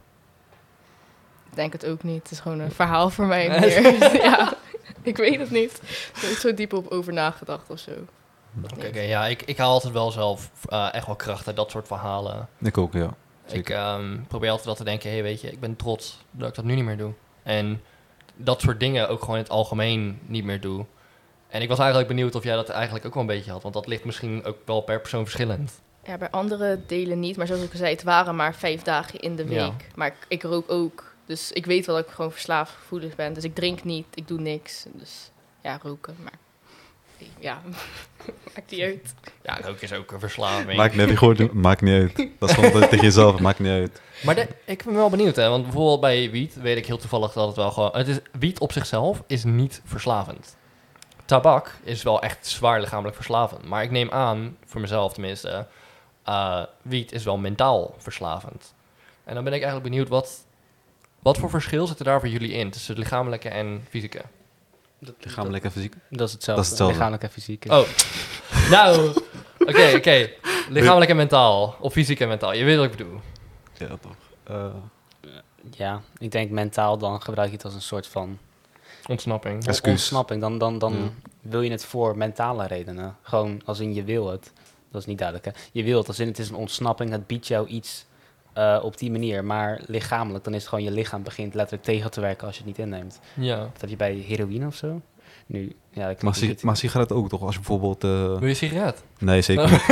Denk het ook niet. Het is gewoon een verhaal voor mij meer. Ja, ik weet het niet. Ik heb er zo diep op over nagedacht of zo. Dat Oké, niet. oké, ja, ik, ik haal altijd wel zelf eh, echt wel kracht uit dat soort verhalen. Ik ook, ja. Ik Zeker. ehm, probeer altijd wel te denken, hey, weet je, ik ben trots dat ik dat nu niet meer doe. En dat soort dingen ook gewoon in het algemeen niet meer doe. En ik was eigenlijk benieuwd of jij dat eigenlijk ook wel een beetje had. Want dat ligt misschien ook wel per persoon verschillend. Ja, bij andere delen niet. Maar zoals ik al zei, het waren maar vijf dagen in de week. Ja. Maar ik, ik rook ook. Dus ik weet wel dat ik gewoon verslaafd gevoelig ben. Dus ik drink niet, ik doe niks. Dus ja, roken. Maar ja, maakt niet uit. Ja, rook is ook een verslaving. Maakt niet uit, ik hoorde- maakt niet uit. Dat is gewoon tegen jezelf, maakt niet uit. Maar de- ik ben wel benieuwd, hè. Want bijvoorbeeld bij wiet weet ik heel toevallig dat het wel gewoon... Het is, wiet op zichzelf is niet verslavend. Tabak is wel echt zwaar lichamelijk verslavend. Maar ik neem aan, voor mezelf tenminste... eh, wiet is wel mentaal verslavend. En dan ben ik eigenlijk benieuwd, wat, wat voor verschil zit er daar voor jullie in? Tussen het lichamelijke en fysieke? Lichamelijk en fysiek. Dat is hetzelfde. Dat is hetzelfde. Lichamelijk en fysiek. Oh, nou... Oké, oké. Lichamelijk en mentaal. Of fysiek en mentaal. Je weet wat ik bedoel. Ja, toch. Eh, Ja, ik denk mentaal, dan gebruik je het als een soort van Ontsnapping. Ja. Excuus. ontsnapping. Dan, dan, dan Ja. wil je het voor mentale redenen. Gewoon als in je wil het. Dat is niet duidelijk, hè. Je wil het, als in het is een ontsnapping. Het biedt jou iets eh, op die manier. Maar lichamelijk, dan is het gewoon je lichaam begint letterlijk tegen te werken als je het niet inneemt. Ja. Dat heb je bij heroïne of zo. Nu, ja, ik maar, ik si- niet- maar sigaret ook toch? Als je bijvoorbeeld... eh, Wil je een sigaret? Nee, zeker niet.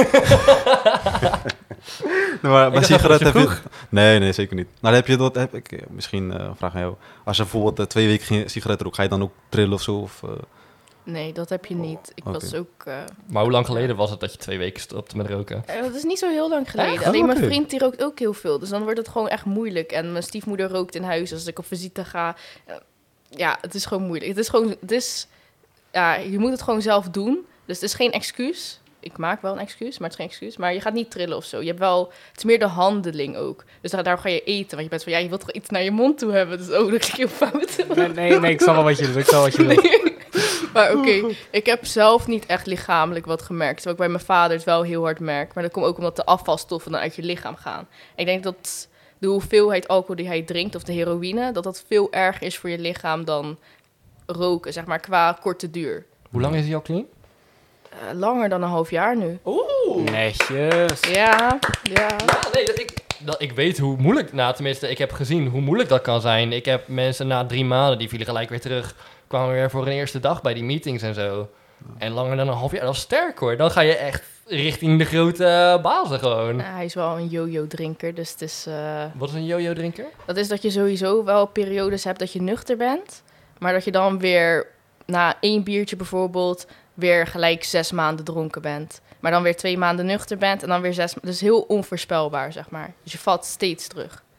Nee, maar bij dacht sigaret dat heb je je... Nee, nee, zeker niet. Nou, dan heb je dat... Heb ik, eh, misschien eh, een vraag aan jou. Als je bijvoorbeeld eh, twee weken geen sigaret rookt, ga je dan ook trillen of zo? Of, eh, Nee, dat heb je niet. Ik was Oké. ook... eh, Maar hoe lang geleden was het dat je twee weken stopte met roken? eh, dat is niet zo heel lang geleden. Echt? Alleen Oh, mijn oké. vriend die rookt ook heel veel. Dus dan wordt het gewoon echt moeilijk. En mijn stiefmoeder rookt in huis als ik op visite ga. Eh, ja, het is gewoon moeilijk. Het is gewoon... Het is, ja, je moet het gewoon zelf doen. Dus het is geen excuus. Ik maak wel een excuus, maar het is geen excuus. Maar je gaat niet trillen of zo. Je hebt wel... Het is meer de handeling ook. Dus daar, daar ga je eten. Want je bent van... Ja, je wilt toch iets naar je mond toe hebben. Dus oh, dat klinkt heel fout. Nee, nee, nee, ik zal wel wat je doet. Ik zal wat je doet. Nee. Maar oké, ik heb zelf niet echt lichamelijk wat gemerkt. Terwijl ik bij mijn vader het wel heel hard merk. Maar dat komt ook omdat de afvalstoffen dan uit je lichaam gaan. Ik denk dat de hoeveelheid alcohol die hij drinkt, of de heroïne, dat dat veel erger is voor je lichaam dan roken, zeg maar, qua korte duur. Hoe lang is hij al clean? Eh, langer dan een half jaar nu. Oeh! Netjes. Ja, ja. Ja, nee, dat ik, dat, ik weet hoe moeilijk... Nou, tenminste, ik heb gezien hoe moeilijk dat kan zijn. Ik heb mensen na drie maanden, die vielen gelijk weer terug... kwamen weer voor een eerste dag bij die meetings en zo. En langer dan een half jaar, dat is sterk hoor. Dan ga je echt richting de grote uh, bazen gewoon. Nou, hij is wel een yo-yo-drinker, dus het is... eh, Wat is een yo-yo drinker? Dat is dat je sowieso wel periodes hebt dat je nuchter bent. Maar dat je dan weer na één biertje bijvoorbeeld weer gelijk zes maanden dronken bent. Maar dan weer twee maanden nuchter bent en dan weer zes maanden. Dus heel onvoorspelbaar, zeg maar. Dus je valt steeds terug.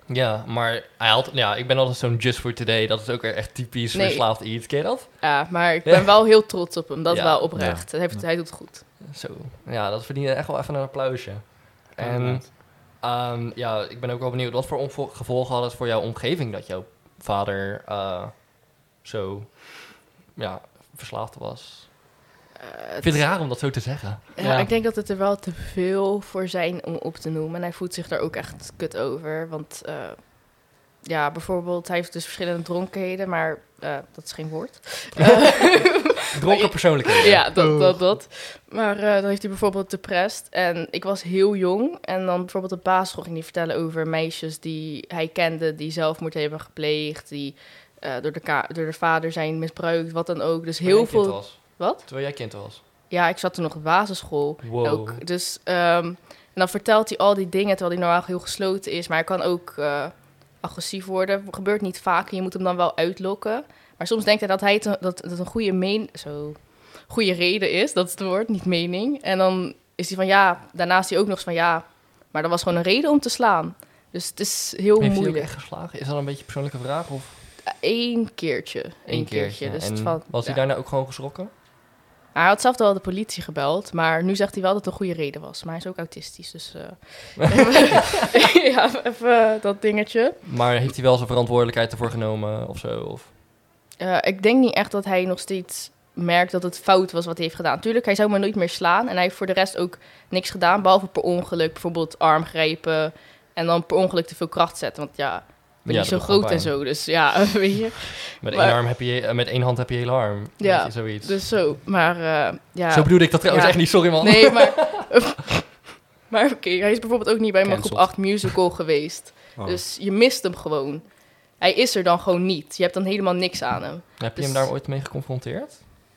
Ja, maar hij had, ja, ik ben altijd zo'n Just for Today. Dat is ook weer echt typisch Nee. verslaafd iets. Ken je dat? Ja, maar ik ben wel heel trots op hem. Dat is Ja. wel oprecht. Hij, heeft, hij doet het goed. Zo. Ja, dat verdient echt wel even een applausje. En ehm, ja, ik ben ook wel benieuwd. Wat voor onvo- gevolgen had het voor jouw omgeving dat jouw vader eh, zo ja, verslaafd was? Eh, Ik vind het raar om dat zo te zeggen. Ja, Ja. ik denk dat het er wel te veel voor zijn om op te noemen. En hij voelt zich daar ook echt kut over. Want eh, ja, bijvoorbeeld, hij heeft dus verschillende dronkenheden, maar eh, dat is geen woord. Dronken persoonlijkheden. Ja, dat, dat, dat. Maar eh, dan heeft hij bijvoorbeeld depressed. En ik was heel jong. En dan bijvoorbeeld op basisschool ging hij vertellen over meisjes die hij kende, die zelfmoord hebben gepleegd, die eh, door, de ka- door de vader zijn misbruikt, wat dan ook. Dus heel Terwijl jij kind veel... was. Wat? Terwijl jij kind was. Ja, ik zat toen nog op basisschool. Wow. Ook. Dus, ehm, en dan vertelt hij al die dingen, terwijl hij normaal heel gesloten is. Maar hij kan ook eh, agressief worden. Dat gebeurt niet vaak en je moet hem dan wel uitlokken. Maar soms denkt hij dat hij het, een- dat, dat een goede, meen, zo, goede reden is. Dat is het woord, niet mening. En dan is hij van ja, daarnaast is hij ook nog eens van ja, maar dat was gewoon een reden om te slaan. Dus het is heel Heeft hij ook moeilijk. echt geslagen? Is dat een beetje een persoonlijke vraag? Of Eén keertje. Eén één keertje. Dus en het valt- was hij ja. daarna ook gewoon geschrokken? Hij had zelf wel de politie gebeld, maar nu zegt hij wel dat het een goede reden was. Maar hij is ook autistisch, dus eh, ja, even eh, dat dingetje. Maar heeft hij wel zijn verantwoordelijkheid ervoor genomen of zo? Of? Eh, ik denk niet echt dat hij nog steeds merkt dat het fout was wat hij heeft gedaan. Tuurlijk, hij zou me nooit meer slaan en hij heeft voor de rest ook niks gedaan, behalve per ongeluk, bijvoorbeeld arm grijpen en dan per ongeluk te veel kracht zetten. Want ja, ik ben Ja, niet dat zo doet gewoon groot en pijn. zo, dus ja, weet je. Met, Maar- één arm heb je, eh, met één hand heb je je hele arm. Ja, Weet je, zoiets. Dus zo, maar eh, ja. Zo bedoelde ik dat trouwens Ja. echt niet, sorry man. Nee, maar... maar oké, hij is bijvoorbeeld ook niet bij mijn groep Cancelled. acht musical geweest. Oh. Dus je mist hem gewoon. Hij is er dan gewoon niet. Je hebt dan helemaal niks aan hem. Heb je dus- hem daar ooit mee geconfronteerd?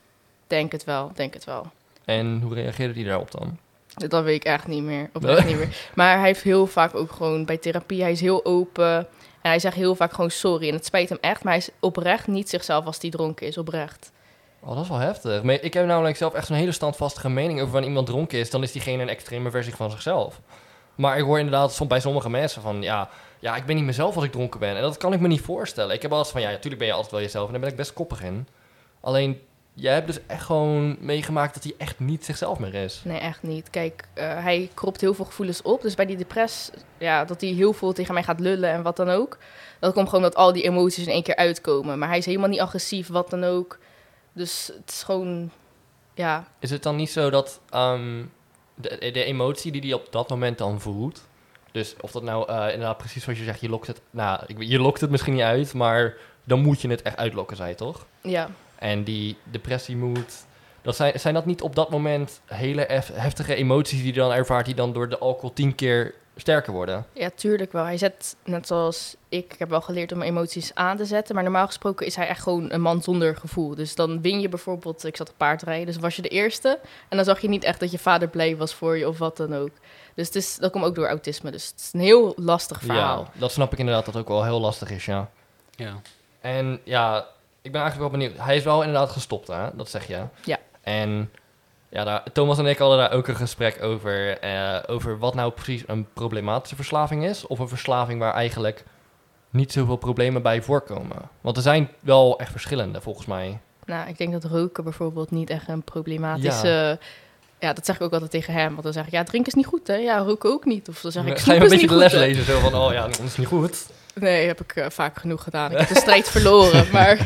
Denk het wel, denk het wel. En hoe reageerde hij daarop dan? Dat weet ik echt niet meer. Oprecht niet meer. Maar hij heeft heel vaak ook gewoon bij therapie, hij is heel open. En hij zegt heel vaak gewoon sorry. En het spijt hem echt, maar hij is oprecht niet zichzelf als hij dronken is. Oprecht. Oh, dat is wel heftig. Maar ik heb namelijk zelf echt zo'n hele standvastige mening over wanneer iemand dronken is. Dan is diegene een extreme versie van zichzelf. Maar ik hoor inderdaad soms bij sommige mensen van... Ja, ja, ik ben niet mezelf als ik dronken ben. En dat kan ik me niet voorstellen. Ik heb altijd van... Ja, natuurlijk ben je altijd wel jezelf. En daar ben ik best koppig in. Alleen, jij hebt dus echt gewoon meegemaakt dat hij echt niet zichzelf meer is. Nee, echt niet. Kijk, eh, hij kropt heel veel gevoelens op. Dus bij die depress, ja, dat hij heel veel tegen mij gaat lullen en wat dan ook. Dat komt gewoon dat al die emoties in één keer uitkomen. Maar hij is helemaal niet agressief, wat dan ook. Dus het is gewoon, ja, Is het dan niet zo dat ehm, de, de emotie die hij op dat moment dan voelt... Dus of dat nou eh, inderdaad precies zoals je zegt, je lokt het... Nou, ik, je lokt het misschien niet uit, maar dan moet je het echt uitlokken, zei je toch? ja. En die depressie moet... Dat zijn, zijn dat niet op dat moment hele hef- heftige emoties die hij dan ervaart... die dan door de alcohol tien keer sterker worden? Ja, tuurlijk wel. Hij zet, net zoals ik, ik heb wel geleerd om emoties aan te zetten. Maar normaal gesproken is hij echt gewoon een man zonder gevoel. Dus dan win je bijvoorbeeld, ik zat op paardrijden, dus was je de eerste. En dan zag je niet echt dat je vader blij was voor je of wat dan ook. Dus het is, dat komt ook door autisme. Dus het is een heel lastig verhaal. Ja, dat snap ik inderdaad dat het ook wel heel lastig is, ja. Ja. En ja, ik ben eigenlijk wel benieuwd. Hij is wel inderdaad gestopt, hè? Dat zeg je. Ja. En ja, daar, Thomas en ik hadden daar ook een gesprek over. eh, over wat nou precies een problematische verslaving is. Of een verslaving waar eigenlijk niet zoveel problemen bij voorkomen. Want er zijn wel echt verschillende, volgens mij. Nou, ik denk dat roken bijvoorbeeld niet echt een problematische... Ja. dat zeg ik ook altijd tegen hem. Want dan zeg ik, ja, drinken is niet goed, hè? Ja, roken ook niet. Of dan zeg ik, Ga je snoep een is beetje niet de goed, les hè? lezen, zo van, oh ja, dat is niet goed. Nee, heb ik eh, vaak genoeg gedaan. Ik heb de strijd verloren. Maar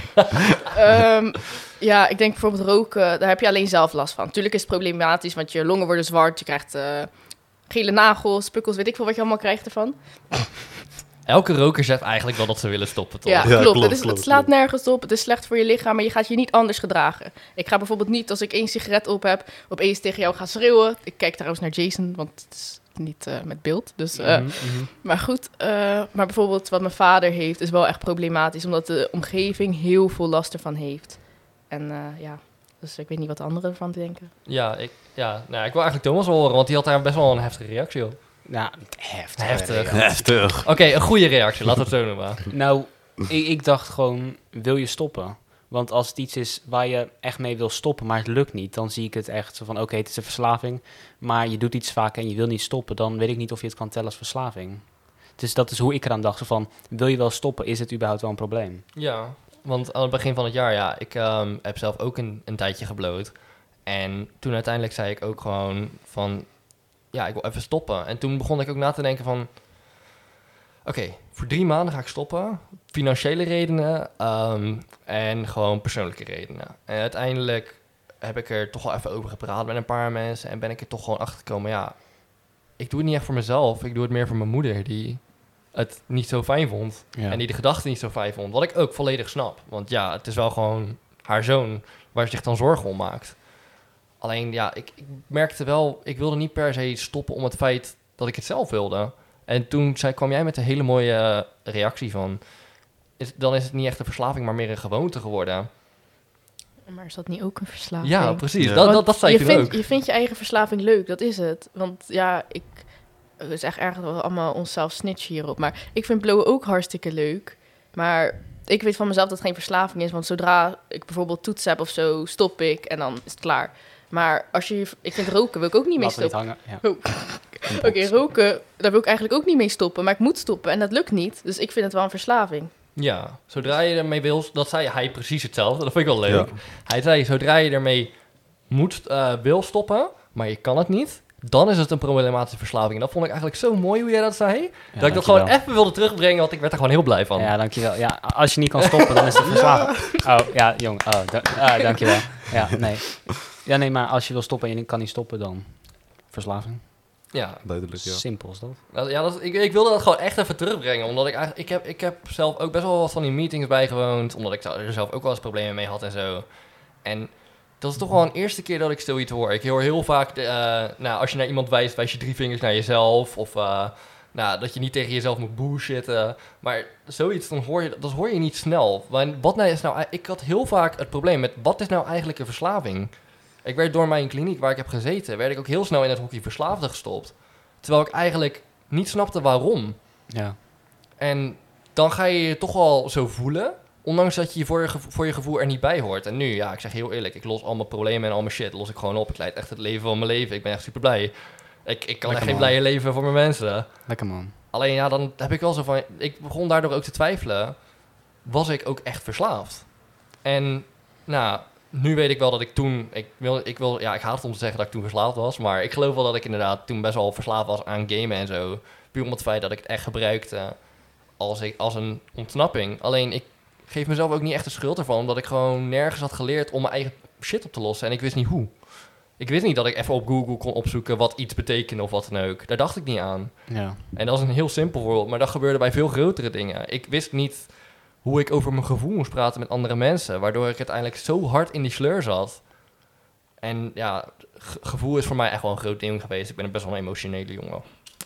ehm, ja, ik denk bijvoorbeeld roken, daar heb je alleen zelf last van. Tuurlijk is het problematisch, want je longen worden zwart. Je krijgt eh, gele nagels, pukkels, weet ik veel wat je allemaal krijgt ervan. Elke roker zegt eigenlijk wel dat ze willen stoppen, toch? Ja, Ja, klopt. klopt, het, is, klopt, het slaat klopt. nergens op. Het is slecht voor je lichaam, maar je gaat je niet anders gedragen. Ik ga bijvoorbeeld niet, als ik één sigaret op heb, opeens tegen jou gaan schreeuwen. Ik kijk trouwens naar Jason, want het is niet eh, met beeld. Dus, eh, Mhm, mhm. Maar goed, eh, maar bijvoorbeeld wat mijn vader heeft, is wel echt problematisch. Omdat de omgeving heel veel last ervan heeft. En eh, ja, dus ik weet niet wat de anderen ervan denken. Ja, ik, ja nou, ik wil eigenlijk Thomas wel horen, want die had daar best wel een heftige reactie op. Nou, heftig. Heftig. hè, Heftig. Oké, een goede reactie, laten we het zo noemen. Nou, ik, ik dacht gewoon, wil je stoppen? Want als het iets is waar je echt mee wil stoppen, maar het lukt niet, dan zie ik het echt zo van, oké, het is een verslaving, maar je doet iets vaak en je wil niet stoppen, dan weet ik niet of je het kan tellen als verslaving. Dus dat is hoe ik eraan dacht. Zo van, wil je wel stoppen? Is het überhaupt wel een probleem? Ja, want aan het begin van het jaar, ja, ik um, heb zelf ook een, een tijdje gebloot. En toen uiteindelijk zei ik ook gewoon van, ja, ik wil even stoppen. En toen begon ik ook na te denken van, oké, okay, voor drie maanden ga ik stoppen. Financiële redenen um, en gewoon persoonlijke redenen. En uiteindelijk heb ik er toch wel even over gepraat met een paar mensen en ben ik er toch gewoon achter gekomen, ja, ik doe het niet echt voor mezelf. Ik doe het meer voor mijn moeder, die het niet zo fijn vond. Ja. En die de gedachten niet zo fijn vond. Wat ik ook volledig snap. Want ja, het is wel gewoon haar zoon waar ze zich dan zorgen om maakt. Alleen ja, ik, ik merkte wel, ik wilde niet per se stoppen om het feit dat ik het zelf wilde. En toen zei, kwam jij met een hele mooie uh, reactie van, is, dan is het niet echt een verslaving, maar meer een gewoonte geworden. Maar is dat niet ook een verslaving? Ja, precies. Ja. Dat, dat, Want dat zei je ik toen vindt, ook. Je vindt je eigen verslaving leuk, dat is het. Want ja, ik... Het is echt erg dat we allemaal onszelf snitchen hierop. Maar ik vind blowen ook hartstikke leuk. Maar ik weet van mezelf dat het geen verslaving is. Want zodra ik bijvoorbeeld toets heb of zo, stop ik en dan is het klaar. Maar als je... Ik vind roken, wil ik ook niet mee Laten we niet stoppen. hangen. Ja. Oké, okay, roken, daar wil ik eigenlijk ook niet mee stoppen. Maar ik moet stoppen en dat lukt niet. Dus ik vind het wel een verslaving. Ja, zodra je ermee wil, dat zei hij precies hetzelfde. Dat vind ik wel leuk. Ja. Hij zei, zodra je ermee moet, uh, wil stoppen, maar je kan het niet, dan is het een problematische verslaving. En dat vond ik eigenlijk zo mooi hoe jij dat zei. Ja, dat ik dat dankjewel. gewoon even wilde terugbrengen, want ik werd er gewoon heel blij van. Ja, dankjewel. Ja, als je niet kan stoppen, dan is het verslaving. Oh, ja, jong. Oh, da- ah, dankjewel. Ja, nee. Ja, nee, maar als je wil stoppen en je kan niet stoppen, dan verslaving. Ja, Duidelijk, ja. Simpel is dat. dat, ja dat, ik, ik wilde dat gewoon echt even terugbrengen. Omdat ik eigenlijk, ik heb, ik heb zelf ook best wel wat van die meetings bijgewoond. Omdat ik er zelf ook wel eens problemen mee had en zo. En dat is toch wel een eerste keer dat ik zoiets hoor. Ik hoor heel vaak, uh, nou, als je naar iemand wijst, wijs je drie vingers naar jezelf. Of uh, nou, dat je niet tegen jezelf moet bullshitten. Maar zoiets, dan hoor je, dat hoor je niet snel. Want wat nou is nou, ik had heel vaak het probleem met, wat is nou eigenlijk een verslaving? Ik werd door mijn kliniek waar ik heb gezeten, werd ik ook heel snel in het hokje verslaafde gestopt. Terwijl ik eigenlijk niet snapte waarom. Ja. En dan ga je je toch wel zo voelen, ondanks dat je je voor je, gevo- voor je gevoel er niet bij hoort. En nu, ja, ik zeg heel eerlijk, ik los al mijn problemen en al mijn shit, los ik gewoon op. Ik leid echt het leven van mijn leven. Ik ben echt super blij. Ik, ik kan Lekker, echt geen man. blije leven voor mijn mensen. Lekker man. Alleen ja, dan heb ik wel zo van, ik begon daardoor ook te twijfelen, was ik ook echt verslaafd? En nou, nu weet ik wel dat ik toen, ik wil, ik wil, ja, ik haat het om te zeggen dat ik toen verslaafd was, maar ik geloof wel dat ik inderdaad toen best wel verslaafd was aan gamen en zo. Puur om het feit dat ik het echt gebruikte als, ik, als een ontsnapping. Alleen ik geef mezelf ook niet echt de schuld ervan, omdat ik gewoon nergens had geleerd om mijn eigen shit op te lossen en ik wist niet hoe. Ik wist niet dat ik even op Google kon opzoeken wat iets betekende of wat dan ook. Daar dacht ik niet aan. Ja. En dat is een heel simpel voorbeeld, maar dat gebeurde bij veel grotere dingen. Ik wist niet hoe ik over mijn gevoel moest praten met andere mensen, waardoor ik uiteindelijk zo hard in die sleur zat. En ja, ge- gevoel is voor mij echt wel een groot ding geweest. Ik ben een best wel een emotionele jongen.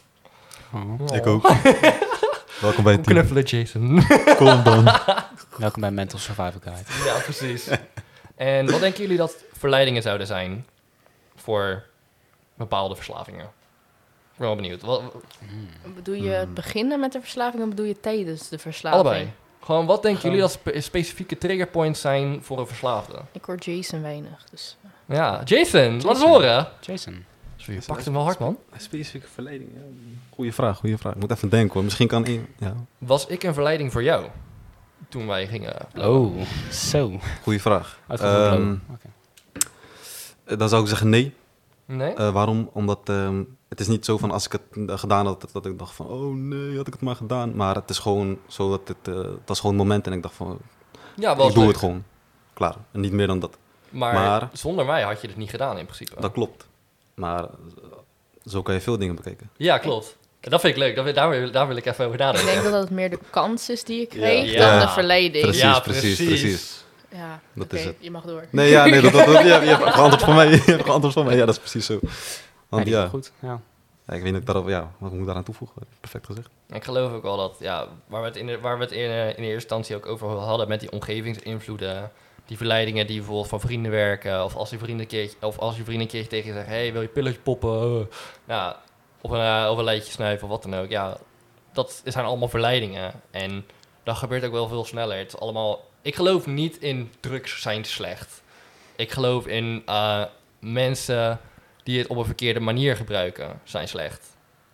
Oh. Ik ook. Welkom bij het team. Knuffelen, Jason. Kom dan. Welkom bij Mental Survival Guide. Ja, precies. En wat denken jullie dat verleidingen zouden zijn voor bepaalde verslavingen? Ik ben wel benieuwd. Wat, Bedoel je het beginnen met de verslaving of bedoel je tijdens de verslaving? allebei. Gewoon, wat denken Gewoon- jullie dat spe- specifieke triggerpoints zijn voor een verslaafde? Ik hoor Jason weinig, dus... Ja, Jason, laat eens Jason. horen. Jason. Zo, je pakt hem wel hard, man. Specifieke verleiding. Ja. Goeie vraag, goeie vraag. Ik moet even denken hoor. Misschien kan één. Ja, Was ik een verleiding voor jou toen wij gingen? Oh, zo. goeie vraag. Uitgevoerd Ehm, blowen. Oké. Eh, Dan zou ik zeggen nee. Nee? Eh, waarom? Omdat ehm, het is niet zo van als ik het eh, gedaan had, dat, dat ik dacht van, oh nee, had ik het maar gedaan. Maar het is gewoon zo dat het, eh, het was gewoon een moment en ik dacht van, Ja, wel ik doe leuk. het gewoon. Klaar. En niet meer dan dat. Maar, Maar- zonder mij had je het niet gedaan in principe. Dat klopt. Maar eh, zo kan je veel dingen bekijken. Ja, klopt. Dat vind ik leuk. Dat, wil- daar, wil, daar wil ik even over Ik denk nadenken. dat het meer de kans is die je kreeg Ja. dan Ja. de verleiding. Precies, ja, precies, precies. Ja, Dat oké, is het. je mag door. Nee, ja, nee, dat, dat, dat- ja, je hebt geantwoord van mij. Je hebt geantwoord van mij. Ja, dat is precies zo. Ja, Want die is ja, goed. Ja. ja, ik weet niet, daarover, ja, wat moet ik daaraan toevoegen? Perfect gezegd. Ik geloof ook wel dat, ja, waar we het in de, waar we het in, eh, in de eerste instantie ook over hadden met die omgevingsinvloeden, die verleidingen die bijvoorbeeld van vrienden werken, of als je vrienden een keertje, of als je vrienden een keertje tegen je zeggen, hey, wil je pilletje poppen? Nou, of een, uh, of een leidje snuiven, of wat dan ook. Ja, dat zijn allemaal verleidingen. En dat gebeurt ook wel veel sneller. Het is allemaal, ik geloof niet in drugs zijn slecht. Ik geloof in uh, mensen die het op een verkeerde manier gebruiken, zijn slecht.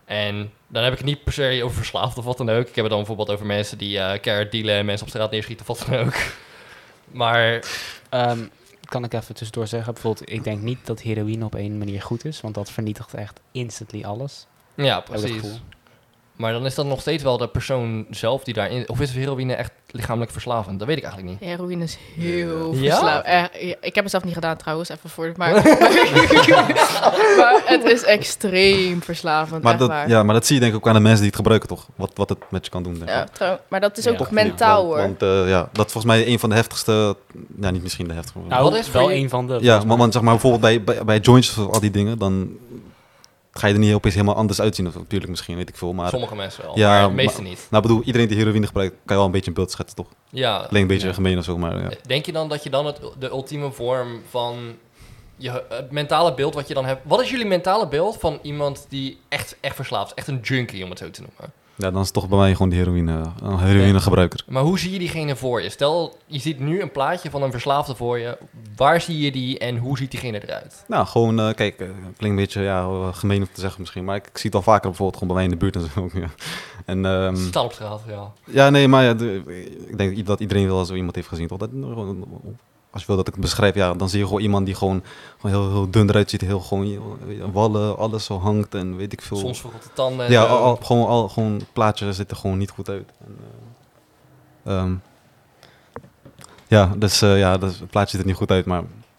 En dan heb ik het niet per se over verslaafd of wat dan ook. Ik heb het dan bijvoorbeeld over mensen die uh, keihard dealen en mensen op straat neerschieten of wat dan ook. Maar Um, kan ik even tussendoor zeggen, bijvoorbeeld, ik denk niet dat heroïne op één manier goed is, want dat vernietigt echt instantly alles. ja, Heb ik het precies. gevoel. Maar dan is dat nog steeds wel de persoon zelf die daarin... Of is heroïne echt lichamelijk verslavend? Dat weet ik eigenlijk niet. Heroïne is heel Ja? verslavend. Eh, ja, ik heb het zelf niet gedaan trouwens, even voor het... Maar, maar het is extreem verslavend, Maar echt dat, waar. ja, maar dat zie je denk ik ook aan de mensen die het gebruiken, toch? Wat, wat het met je kan doen, denk ik. Ja, trouw- maar dat is ook Ja. toch Toch mentaal, want, hoor. Want eh, ja, dat is volgens mij een van de heftigste... Ja, niet misschien de heftigste. Nou, Wat is voor wel je- een van de... ja, maar, want zeg maar bijvoorbeeld bij, bij, bij joints of al die dingen, dan ga je er niet opeens helemaal anders uitzien. Of natuurlijk misschien, weet ik veel. Maar Sommige mensen wel, Ja, maar de meeste niet. nou bedoel, iedereen die heroïne gebruikt, kan je wel een beetje een beeld schetsen, toch? Ja. Alleen een beetje Ja. gemeen of zo, maar ja. Denk je dan dat je dan het, de ultieme vorm van je, het mentale beeld wat je dan hebt... Wat is jullie mentale beeld van iemand die echt, echt verslaafd is? Echt een junkie, om het zo te noemen. Ja, dan is het toch bij mij gewoon die heroïne, een heroïnegebruiker. Maar hoe zie je diegene voor je? Stel, je ziet nu een plaatje van een verslaafde voor je. Waar zie je die en hoe ziet diegene eruit? Nou, gewoon, eh, kijk, eh, klinkt een beetje ja, eh, gemeen om te zeggen misschien, maar ik, ik zie het al vaker bijvoorbeeld gewoon bij mij in de buurt en zo. ook, Ja, en, ehm, Staan op straat, ja. ja nee, maar ja, de- ik denk dat iedereen wel zo iemand heeft gezien, toch? Dat, gewoon, als je wil dat ik het beschrijf, ja, dan zie je gewoon iemand die gewoon, gewoon heel, heel dun eruit ziet, heel gewoon heel- wallen, alles zo hangt en weet ik veel. Soms verrotte tanden. en Ja, zo. al, al- gewoon, al, gewoon het plaatje ziet er gewoon niet goed uit. En, eh, ehm, ja, dus eh, ja, dus het plaatje ziet er niet goed uit, maar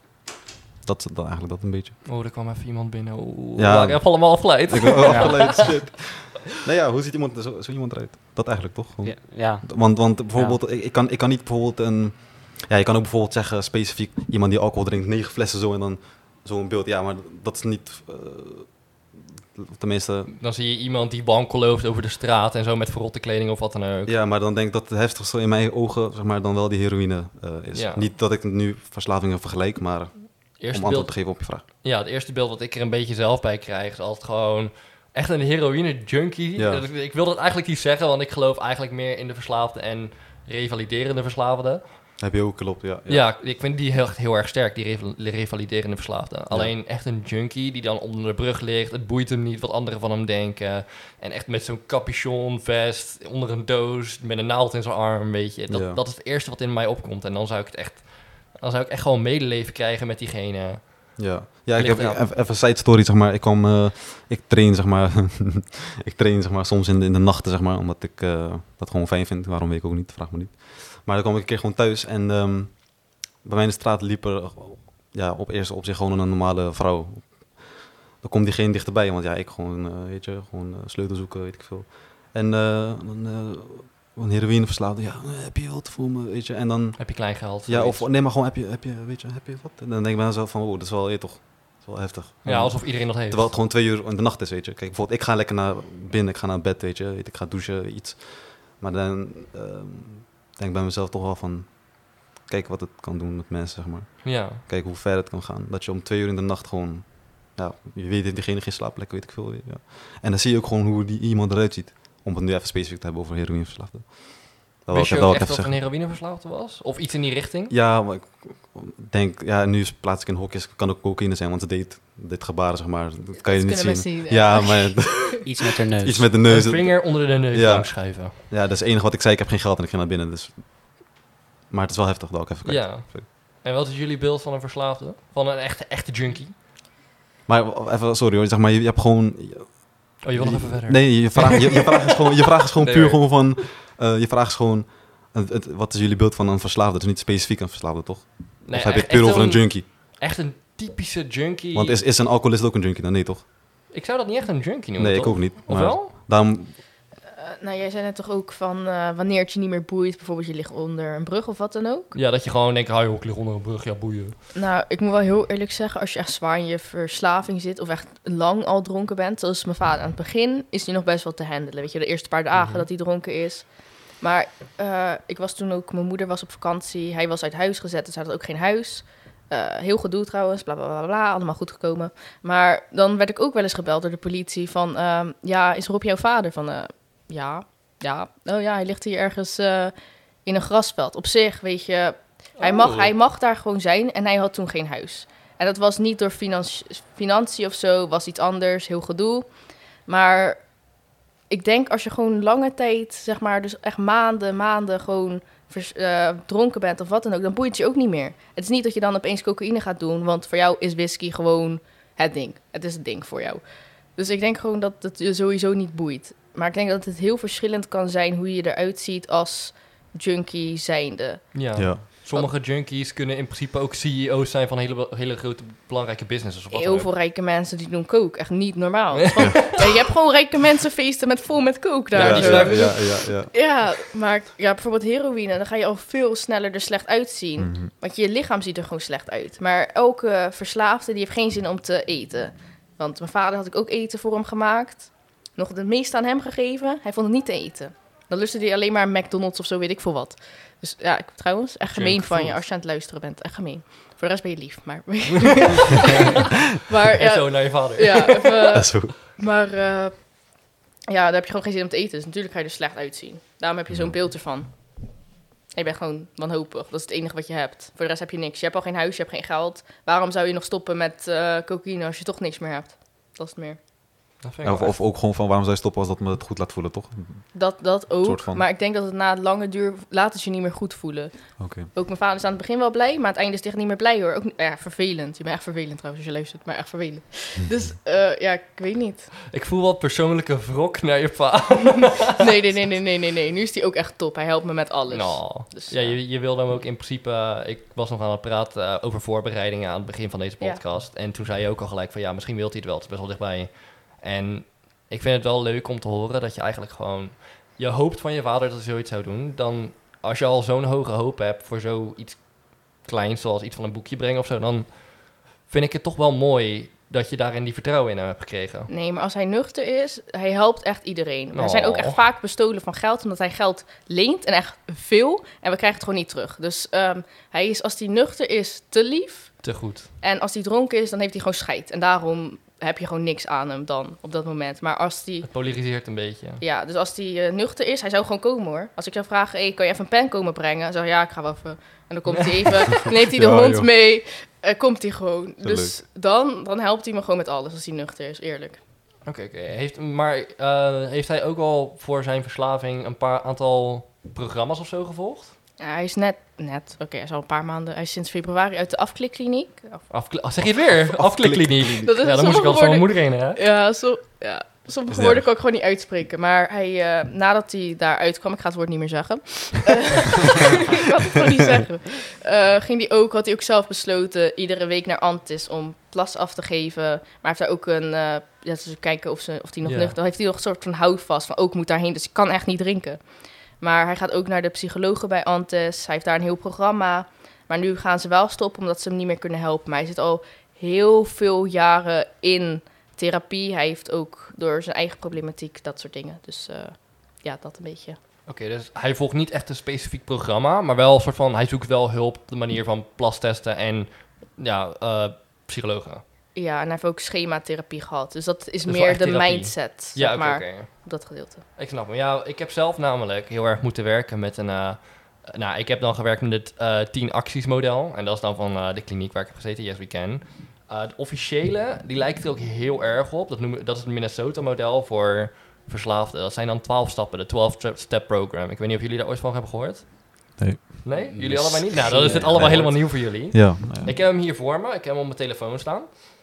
dat, dat eigenlijk dat een beetje. Oh, er kwam even iemand binnen. Oeh, Ja. ja. Ik heb allemaal afgeleid. Ik ben afgeleid, shit. Nee ja, hoe ziet iemand, zo, zo iemand eruit? Dat eigenlijk toch? Gewoon. Ja, ja. Want, want bijvoorbeeld, ik, ik, kan, ik kan niet bijvoorbeeld een... Ja, je kan ook bijvoorbeeld zeggen, specifiek, iemand die alcohol drinkt, negen flessen zo en dan zo'n beeld. Ja, maar dat is niet... eh, tenminste... Dan zie je iemand die wankel loopt over de straat en zo met verrotte kleding of wat dan ook. Ja, maar dan denk ik dat het heftigste in mijn ogen, zeg maar, dan wel die heroïne eh, is. Ja. Niet dat ik nu verslavingen vergelijk, maar om Eerste antwoord beeld, te geven op je vraag. ja, het eerste beeld wat ik er een beetje zelf bij krijg is altijd gewoon echt een heroïne junkie. Ja. Ik, ik wil dat eigenlijk niet zeggen, want ik geloof eigenlijk meer in de verslaafde en revaliderende verslaafde. Heb je ook, klopt, ja. Ja, ik vind die heel, heel erg sterk, die reval- revaliderende verslaafde. Alleen echt een junkie die dan onder de brug ligt. Het boeit hem niet wat anderen van hem denken. En echt met zo'n capuchon, vest, onder een doos, met een naald in zijn arm, weet je. Dat, Ja. dat is het eerste wat in mij opkomt. En dan zou ik het echt, dan zou ik echt gewoon medeleven krijgen met diegene. Ja, ja ik Ligt heb eraan. even, even een side story, zeg maar. Ik kwam, eh, ik train, zeg maar, ik train, zeg maar, soms in de, in de nachten, zeg maar, omdat ik eh, dat gewoon fijn vind. Waarom weet ik ook niet, vraag me niet. Maar dan kwam ik een keer gewoon thuis en ehm, bij mij in de straat liep er, ja, op eerste op zich gewoon een normale vrouw. Dan komt diegene dichterbij, want ja, ik gewoon, eh, weet je, gewoon uh, sleutel zoeken, weet ik veel. En eh dan, uh, een heroïne verslaafd, ja, eh, heb je wat voor me, weet je. En dan... Heb je klein geld? Ja, zoiets. of nee, maar gewoon heb je, heb je, weet je, heb je wat? En dan denk ik bij mezelf van, oh, dat is wel, eh, toch, dat is wel heftig. Ja, alsof iedereen dat heeft. Terwijl het gewoon twee uur in de nacht is, weet je. Kijk, bijvoorbeeld, ik ga lekker naar binnen, ik ga naar bed, weet je. Weet, ik ga douchen, iets. Maar dan ehm, denk ik bij mezelf toch wel van, kijk wat het kan doen met mensen, zeg maar. Ja. Kijk hoe ver het kan gaan. Dat je om twee uur in de nacht gewoon, ja, je weet dat diegene geen slaapplek, weet ik veel. Ja. En dan zie je ook gewoon hoe die iemand eruit ziet. Om het nu even specifiek te hebben over heroïneverslaafden. Dat wil Wist ik je wel ook even echt dat een zeggen. heroïneverslaafde was? Of iets in die richting? Ja, maar ik denk, ja, nu plaats ik in hokjes, kan ook cocaïne zijn, want ze deed dit gebaren, zeg maar. Dat kan je Dat niet kunnen zien. we zien, Ja, ja. maar Iets met haar neus. iets met de Een neus. vinger onder de neus Ja. langs schuiven. Ja, dat is het enige wat ik zei. Ik heb geen geld en ik ging naar binnen. Dus... Maar het is wel heftig dat ik even kijken. Ja. En wat is jullie beeld van een verslaafde? Van een echte, echte junkie? Maar even, sorry hoor, zeg maar, je, je hebt gewoon... Oh, je wil nog even verder? Nee, je vraag, je, je vraag is gewoon, je vraag is gewoon Nee, puur hoor. gewoon van... eh, je vraag is gewoon, het, het- wat is jullie beeld van een verslaafde? Dus niet specifiek een verslaafde, toch? Nee, of heb je echt- het puur echt over een junkie? Echt een typische junkie. Want is, is een alcoholist ook een junkie? Dan nee, toch? Ik zou dat niet echt een junkie noemen, Nee, ik toch? ook niet. Of Maar wel? daarom, Eh, nou, jij zei net toch ook van eh, wanneer het je niet meer boeit. Bijvoorbeeld je ligt onder een brug of wat dan ook. Ja, dat je gewoon denkt, ah joh, ik lig onder een brug, ja boeien. Nou, ik moet wel heel eerlijk zeggen, als je echt zwaar in je verslaving zit of echt lang al dronken bent, zoals mijn vader aan het begin, is hij nog best wel te handelen. Weet je, de eerste paar dagen Mhm. dat hij dronken is. Maar eh, ik was toen ook, mijn moeder was op vakantie, hij was uit huis gezet, dus hij had ook geen huis. Eh, heel gedoe trouwens, bla bla bla bla, allemaal goed gekomen. Maar dan werd ik ook wel eens gebeld door de politie van, ehm, ja, is Rob jouw vader? Van, eh, ja, ja, oh ja, hij ligt hier ergens eh, in een grasveld. Op zich, weet je, hij, mag, Oh. hij mag daar gewoon zijn en hij had toen geen huis. En dat was niet door financi- financiën of zo, was iets anders, heel gedoe. Maar ik denk als je gewoon lange tijd, zeg maar, dus echt maanden, maanden gewoon vers, uh, dronken bent of wat dan ook, dan boeit het je ook niet meer. Het is niet dat je dan opeens cocaïne gaat doen, want voor jou is whisky gewoon het ding. Het is het ding voor jou. Dus ik denk gewoon dat het je sowieso niet boeit. Maar ik denk dat het heel verschillend kan zijn hoe je eruit ziet als junkie zijnde. Ja. Ja. Sommige junkies kunnen in principe ook C E O's zijn van hele, hele grote belangrijke businesses. Of wat dan Heel ook. veel rijke mensen die doen coke. Echt niet normaal. Gewoon, ja, je hebt gewoon rijke mensen feesten met vol met coke daar. Ja, Ja, die ja, sluiten- ja, ja, ja. Ja, maar ja, bijvoorbeeld heroïne, dan ga je al veel sneller er slecht uitzien. Mhm. Want je lichaam ziet er gewoon slecht uit. Maar elke verslaafde die heeft geen zin om te eten. Want mijn vader had ik ook eten voor hem gemaakt. Nog het meeste aan hem gegeven. Hij vond het niet te eten. Dan lustte hij alleen maar McDonald's of zo, weet ik veel wat. Dus ja, ik, trouwens, echt gemeen Junk van je food. als je aan het luisteren bent. Echt gemeen. Voor de rest ben je lief, maar... maar En ja, zo naar je vader. ja, even, Ja, zo. maar uh, ja, daar heb je gewoon geen zin om te eten. Dus natuurlijk ga je er slecht uitzien. Daarom heb je zo'n beeld ervan. Je bent gewoon wanhopig. Dat is het enige wat je hebt. Voor de rest heb je niks. Je hebt al geen huis, je hebt geen geld. Waarom zou je nog stoppen met uh, cocaïne als je toch niks meer hebt? Dat is het meer. Dat vind ik Of, wel of ook gewoon van waarom zou je stoppen als dat me het goed laat voelen, toch? Dat, dat ook. soort van- Maar ik denk dat het na het lange duur laat het je niet meer goed voelen. Oké. Ook mijn vader is aan het begin wel blij, maar aan het einde is hij echt niet meer blij hoor. Ook, niet- ja, vervelend. Je bent echt vervelend trouwens als je luistert, maar echt vervelend. Dus uh, ja, ik weet niet. Ik voel wat persoonlijke wrok naar je pa. Nee, nee, nee, nee, nee, nee, nee. Nu is hij ook echt top. Hij helpt me met alles. Nou, Dus, ja, ja. je, je wilde hem ook in principe... uh, ik was nog aan het praten uh, over voorbereidingen aan het begin van deze Ja. podcast. En toen zei je ook al gelijk van... ja, misschien wil hij het wel. Het is best wel dichtbij. En ik vind het wel leuk om te horen dat je eigenlijk gewoon... je hoopt van je vader dat hij zoiets zou doen. Dan, als je al zo'n hoge hoop hebt voor zoiets kleins... zoals iets van een boekje brengen of zo... dan vind ik het toch wel mooi dat je daarin die vertrouwen in hem hebt gekregen. Nee, maar als hij nuchter is, hij helpt echt iedereen. Maar Oh. we zijn ook echt vaak bestolen van geld, omdat hij geld leent en echt veel. En we krijgen het gewoon niet terug. Dus um, hij is, als hij nuchter is, te lief. Te goed. En als hij dronken is, dan heeft hij gewoon scheid. En daarom heb je gewoon niks aan hem dan, op dat moment. Maar als hij... Het polariseert een beetje. Ja, dus als hij uh, nuchter is, hij zou gewoon komen hoor. Als ik zou vragen, hey, kan je even een pen komen brengen? Dan zou hij, ja, ik ga wel even. En dan komt hij even, dan neemt hij de Ja, hond joh. mee. Uh, komt hij gewoon. Zo Dus dan, dan helpt hij me gewoon met alles als hij nuchter is, eerlijk. Oké, oké. Heeft, maar uh, heeft hij ook al voor zijn verslaving een paar aantal programma's of zo gevolgd? Ja, hij is net, net oké, okay, hij is al een paar maanden, hij is sinds februari uit de afklikkliniek. Af- Afkle- oh, zeg je het weer? Afklikkliniek. Dat is Ja, dan moest ik sommige al van mijn woorden- moeder heen, hè? Ja, zo, ja, sommige Is woorden erg. kan ik gewoon niet uitspreken. Maar hij, uh, nadat hij daar uitkwam, ik ga het woord niet meer zeggen. Uh, ik kan het gewoon niet zeggen. Uh, ging hij ook, had hij ook zelf besloten, iedere week naar Antis om plas af te geven. Maar hij heeft daar ook een, uh, ja, dus kijken of, ze, of hij nog Ja. nuchter, heeft hij nog een soort van houvast van ook moet daarheen, dus ik kan echt niet drinken. Maar hij gaat ook naar de psychologen bij Antis. Hij heeft daar een heel programma. Maar nu gaan ze wel stoppen omdat ze hem niet meer kunnen helpen. Maar hij zit al heel veel jaren in therapie. Hij heeft ook door zijn eigen problematiek dat soort dingen. Dus uh, ja, dat een beetje. Oké, okay, dus hij volgt niet echt een specifiek programma, maar wel een soort van, hij zoekt wel hulp op de manier van plastesten en ja, uh, psychologen. Ja, en hij heeft ook schematherapie gehad. Dus dat is Dus wel meer echt de therapie. mindset, Ja, zeg oké, maar, oké. op dat gedeelte. Ik snap hem. Ja, ik heb zelf namelijk heel erg moeten werken met een... Uh, nou, ik heb dan gewerkt met het uh, tien acties model. En dat is dan van uh, de kliniek waar ik heb gezeten, Yes We Can. Uh, de officiële, die lijkt er ook heel erg op. Dat, noemen, dat is het Minnesota model voor verslaafden. Dat zijn dan twaalf stappen, de twaalf-step program. Ik weet niet of jullie daar ooit van hebben gehoord. Nee. Nee? Jullie Nee. allebei niet? Nou, dan is dit Nee, allemaal nee. helemaal nieuw voor jullie. Ja. nou ja. Ik heb hem hier voor me. Ik heb hem op mijn telefoon staan.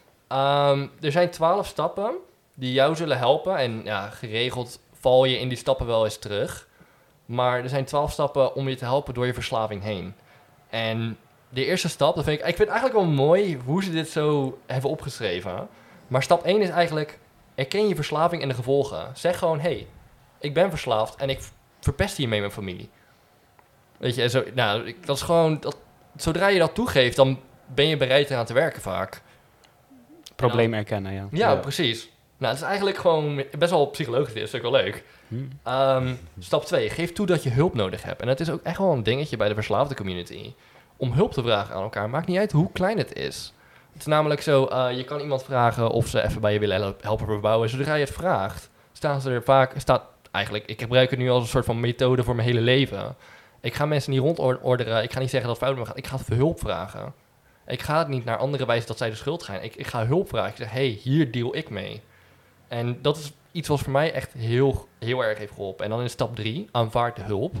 Um, er zijn twaalf stappen die jou zullen helpen. En ja, geregeld val je in die stappen wel eens terug. Maar er zijn twaalf stappen om je te helpen door je verslaving heen. En de eerste stap, dat vind ik, ik vind het eigenlijk wel mooi hoe ze dit zo hebben opgeschreven. Maar stap één is eigenlijk, erken je verslaving en de gevolgen. Zeg gewoon, hé, hey, ik ben verslaafd en ik verpest hiermee mijn familie. Weet je, en zo, nou, ik- dat is gewoon, dat, zodra je dat toegeeft, dan ben je bereid eraan te werken vaak. Probleem erkennen, ja. Ja, Ja. precies. Nou, het is eigenlijk gewoon best wel psychologisch, dit is ook wel leuk. Hm. Um, stap twee, geef toe dat je hulp nodig hebt. En dat is ook echt wel een dingetje bij de verslaafde community. Om hulp te vragen aan elkaar, maakt niet uit hoe klein het is. Het is namelijk zo, uh, je kan iemand vragen of ze even bij je willen help- helpen verbouwen. Zodra je het vraagt, staan ze er vaak, staat eigenlijk, ik gebruik het nu als een soort van methode voor mijn hele leven. Ik ga mensen niet rondorderen, ik ga niet zeggen dat het fout met me gaat, ik ga het hulp vragen. Ik ga het niet naar anderen wijzen dat zij de schuld gaan. Ik, ik ga hulp vragen. Ik zeg, hey, hier deal ik mee. En dat is iets wat voor mij echt heel, heel erg heeft geholpen. En dan in stap drie, aanvaard de hulp.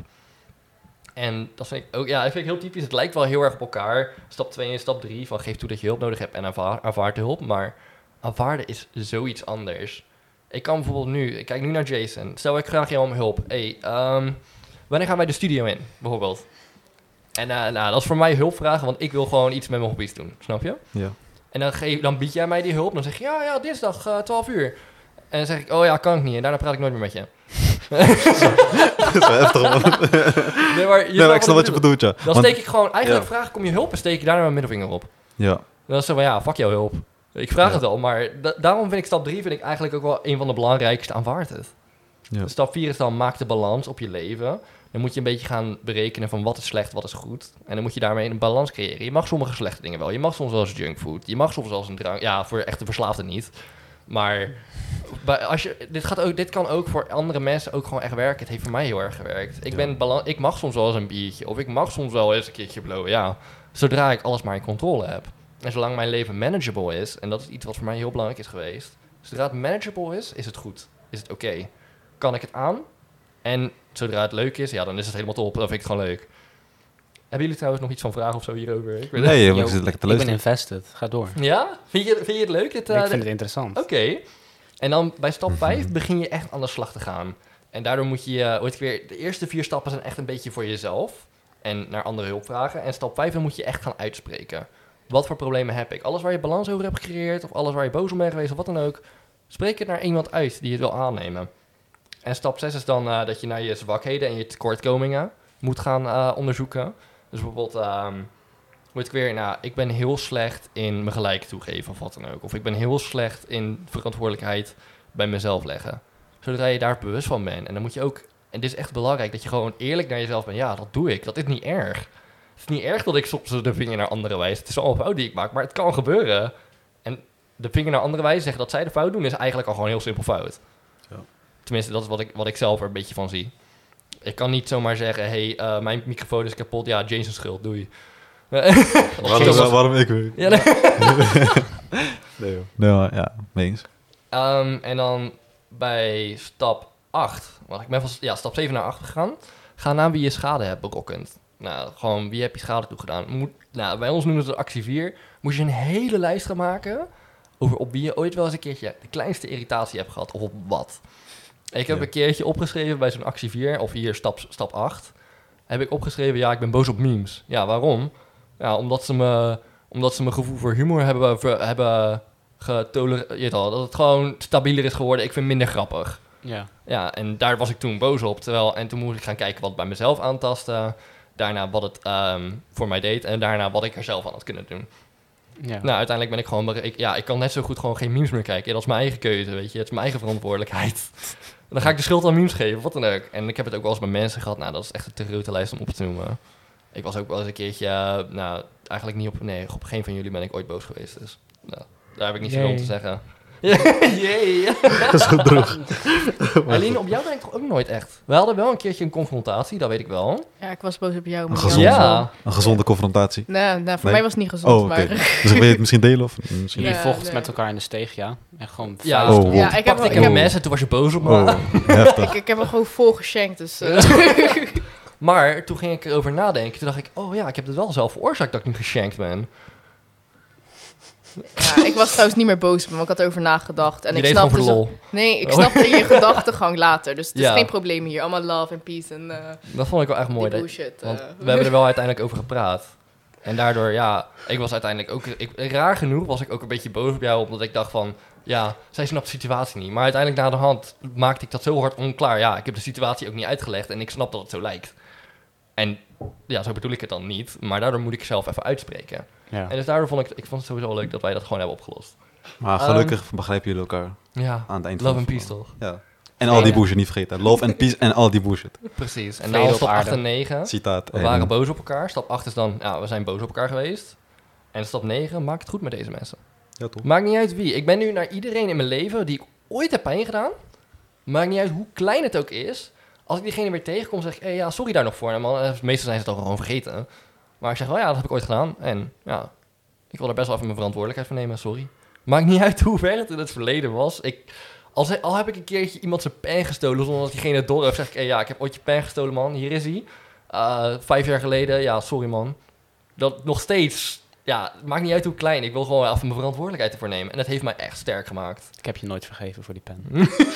En dat vind ik ook, ja, dat vind ik heel typisch. Het lijkt wel heel erg op elkaar. Stap twee en stap drie, van geef toe dat je hulp nodig hebt en aanvaard, aanvaard de hulp. Maar aanvaarden is zoiets anders. Ik kan bijvoorbeeld nu, ik kijk nu naar Jason. Stel ik graag jou om hulp. Hey, um, wanneer gaan wij de studio in, bijvoorbeeld? En uh, nou, dat is voor mij hulp vragen, want ik wil gewoon iets met mijn hobby's doen. Snap je? Ja. En dan, geef, dan bied jij mij die hulp. Dan zeg je, ja, ja, dinsdag, uh, twaalf uur. En dan zeg ik, oh ja, kan ik niet. En daarna praat ik nooit meer met je. Dat is wel heftig, man. Nee, maar, je Nee, maar ik snap wat je bedoelt, ja. Dan Want- steek ik gewoon, eigenlijk ja. vraag ik om je hulp en steek je daarna mijn middelvinger op. Ja. Dan is zo van, ja, fuck jouw hulp. Ik vraag Ja. het al, maar da- daarom vind ik stap drie vind ik eigenlijk ook wel een van de belangrijkste, aanvaard het. Ja. Stap vier is dan, maak de balans op je leven. Dan moet je een beetje gaan berekenen van wat is slecht, wat is goed. En dan moet je daarmee een balans creëren. Je mag sommige slechte dingen wel. Je mag soms wel eens junkfood. Je mag soms wel eens een drank. Ja, voor echte verslaafden niet. Maar bij- als je, dit, gaat ook, dit kan ook voor andere mensen ook gewoon echt werken. Het heeft voor mij heel erg gewerkt. Ik, Ja. ben balan- ik mag soms wel eens een biertje. Of ik mag soms wel eens een keertje blowen. Ja, zodra ik alles maar in controle heb. En zolang mijn leven manageable is. En dat is iets wat voor mij heel belangrijk is geweest. Zodra het manageable is, is het goed. Is het oké. Kan ik het aan? En zodra het leuk is, ja, dan is het helemaal top. Dan vind ik het gewoon leuk. Hebben jullie trouwens nog iets van vragen of zo hierover? Ik weet het- Nee, Yo, ik zit lekker te ik ben luisteren. invested. Ga door. Ja? Vind je, vind je het leuk? Dit, eh, ik dit- vind het interessant. Oké. En dan bij stap Mhm. vijf begin je echt aan de slag te gaan. En daardoor moet je, uh, ooit weer, de eerste vier stappen zijn echt een beetje voor jezelf. En naar andere hulp vragen. En stap vijf, dan moet je echt gaan uitspreken. Wat voor problemen heb ik? Alles waar je balans over hebt gecreëerd, of alles waar je boos om bent geweest, of wat dan ook. Spreek het naar iemand uit die het wil aannemen. En stap zes is dan uh, dat je naar je zwakheden en je tekortkomingen moet gaan uh, onderzoeken. Dus bijvoorbeeld, um, moet ik weer, nou, ik ben heel slecht in me gelijk toegeven of wat dan ook. Of ik ben heel slecht in verantwoordelijkheid bij mezelf leggen. Zodra je daar bewust van bent. En dan moet je ook, en dit is echt belangrijk, dat je gewoon eerlijk naar jezelf bent. Ja, dat doe ik. Dat is niet erg. Het is niet erg dat ik soms de vinger naar anderen wijs. Het is al een fout die ik maak, maar het kan gebeuren. En de vinger naar anderen wijzen, zeggen dat zij de fout doen, is eigenlijk al gewoon heel simpel fout. Ja. Tenminste, dat is wat ik, wat ik zelf er een beetje van zie. Ik kan niet zomaar zeggen, hey, uh, mijn microfoon is kapot. Ja, Jason's schuld, doei. Waarom, waarom ik weer? Ja, nee. Nee, joh. Nee, maar ja, mee eens. Um, en dan bij stap acht, want ik ben van ja, stap zeven naar acht gegaan. Ga naar wie je schade hebt berokkend. Nou, gewoon wie heb je schade toegedaan. Moet, nou, bij ons noemen ze het actie vier. Moet je een hele lijst gaan maken over op wie je ooit wel eens een keertje de kleinste irritatie hebt gehad of op wat. Ik heb Ja. een keertje opgeschreven bij zo'n actie vier, of hier stap, stap acht. Heb ik opgeschreven, ja, ik ben boos op memes. Ja, waarom? Ja, omdat ze me, omdat ze mijn gevoel voor humor hebben, ver- hebben getolereerd. al, Dat het gewoon stabieler is geworden. Ik vind minder grappig. Ja. Ja, en daar was ik toen boos op. Terwijl, en toen moest ik gaan kijken wat bij mezelf aantasten. Daarna wat het ehm, voor mij deed. En daarna wat ik er zelf aan had kunnen doen. Ja. Nou, uiteindelijk ben ik gewoon... bere- Ik, ja, ik kan net zo goed gewoon geen memes meer kijken. Dat is mijn eigen keuze, weet je. Het is mijn eigen verantwoordelijkheid. Dan ga ik de schuld aan memes geven, wat dan ook. En ik heb het ook wel eens met mensen gehad. Nou, dat is echt een te grote lijst om op te noemen. Ik was ook wel eens een keertje... uh, nou, eigenlijk niet op... Nee, op geen van jullie ben ik ooit boos geweest. Dus nou, daar heb ik niet zoveel om te Yay. zeggen. Jee. Dat is zo droog. Aline, op jou ben ik toch ook nooit echt? We hadden wel een keertje een confrontatie, dat weet ik wel. Ja, ik was boos op jou. maar Gezond. jou Ja. wel. Een gezonde confrontatie. Nee, nou, voor Nee? mij was het niet gezond, Oh, oké. maar... Dus ik wil je het misschien delen of misschien Jullie Ja, vochten nee. met elkaar in de steeg, ja? En gewoon Ja, Oh, vuisten. wow. Ja, ik heb, pakte hem- ik ik, een heb, mes en toen was je boos op me. Oh, heftig. ik, ik heb hem gewoon vol geshankt, dus... eh, Maar toen ging ik erover nadenken. Toen dacht ik, oh ja, ik heb het wel zelf veroorzaakt dat ik nu geshankt ben. ja, ik was trouwens niet meer boos op hem, want ik had erover nagedacht. En je ik deed gewoon snapte voor de zo- lol. Nee, ik Oh. snapte je gedachtegang later. Dus het is Ja. geen probleem hier. Allemaal love en peace en eh Dat vond ik wel echt mooi. die dat- bullshit. Want eh. we hebben er wel uiteindelijk over gepraat. En daardoor, ja, ik was uiteindelijk ook... Ik, raar genoeg was ik ook een beetje boos op jou, omdat ik dacht van... Ja, zij snapt de situatie niet. Maar uiteindelijk na de hand maakte ik dat zo hard onklaar. Ja, ik heb de situatie ook niet uitgelegd en ik snap dat het zo lijkt. En ja, zo bedoel ik het dan niet. Maar daardoor moet ik zelf even uitspreken. Ja. En dus daardoor vond ik, ik vond het sowieso leuk dat wij dat gewoon hebben opgelost. Maar gelukkig begrijpen jullie elkaar Ja, aan het eind love van and het peace verhaal. toch? Ja. En al die bullshit niet vergeten. Love and peace en al die bullshit. Precies. En Vrede dan op stap aarde. acht en negen. Citaat. We en- waren boos op elkaar. Stap acht is dan, ja, we zijn boos op elkaar geweest. En stap negen, maak het goed met deze mensen. Ja, toch? Maakt niet uit wie. Ik ben nu naar iedereen in mijn leven die ik ooit heb pijn gedaan. Maakt niet uit hoe klein het ook is. Als ik diegene weer tegenkom, zeg ik, hey, ja, sorry daar nog voor. En man, eh, meestal zijn ze het al gewoon vergeten. Maar ik zeg, oh ja, dat heb ik ooit gedaan. En ja, ik wil er best wel even mijn verantwoordelijkheid voor nemen, sorry. Maakt niet uit hoe ver het in het verleden was. Ik, Al, al heb ik een keertje iemand zijn pen gestolen zonder dat diegene het door heeft, zeg ik, hey, ja, ik heb ooit je pen gestolen, man. Hier is hij. Uh, vijf jaar geleden, ja, sorry, man. Dat nog steeds, ja, het maakt niet uit hoe klein. Ik wil gewoon even mijn verantwoordelijkheid ervoor nemen. En dat heeft mij echt sterk gemaakt. Ik heb je nooit vergeven voor die pen.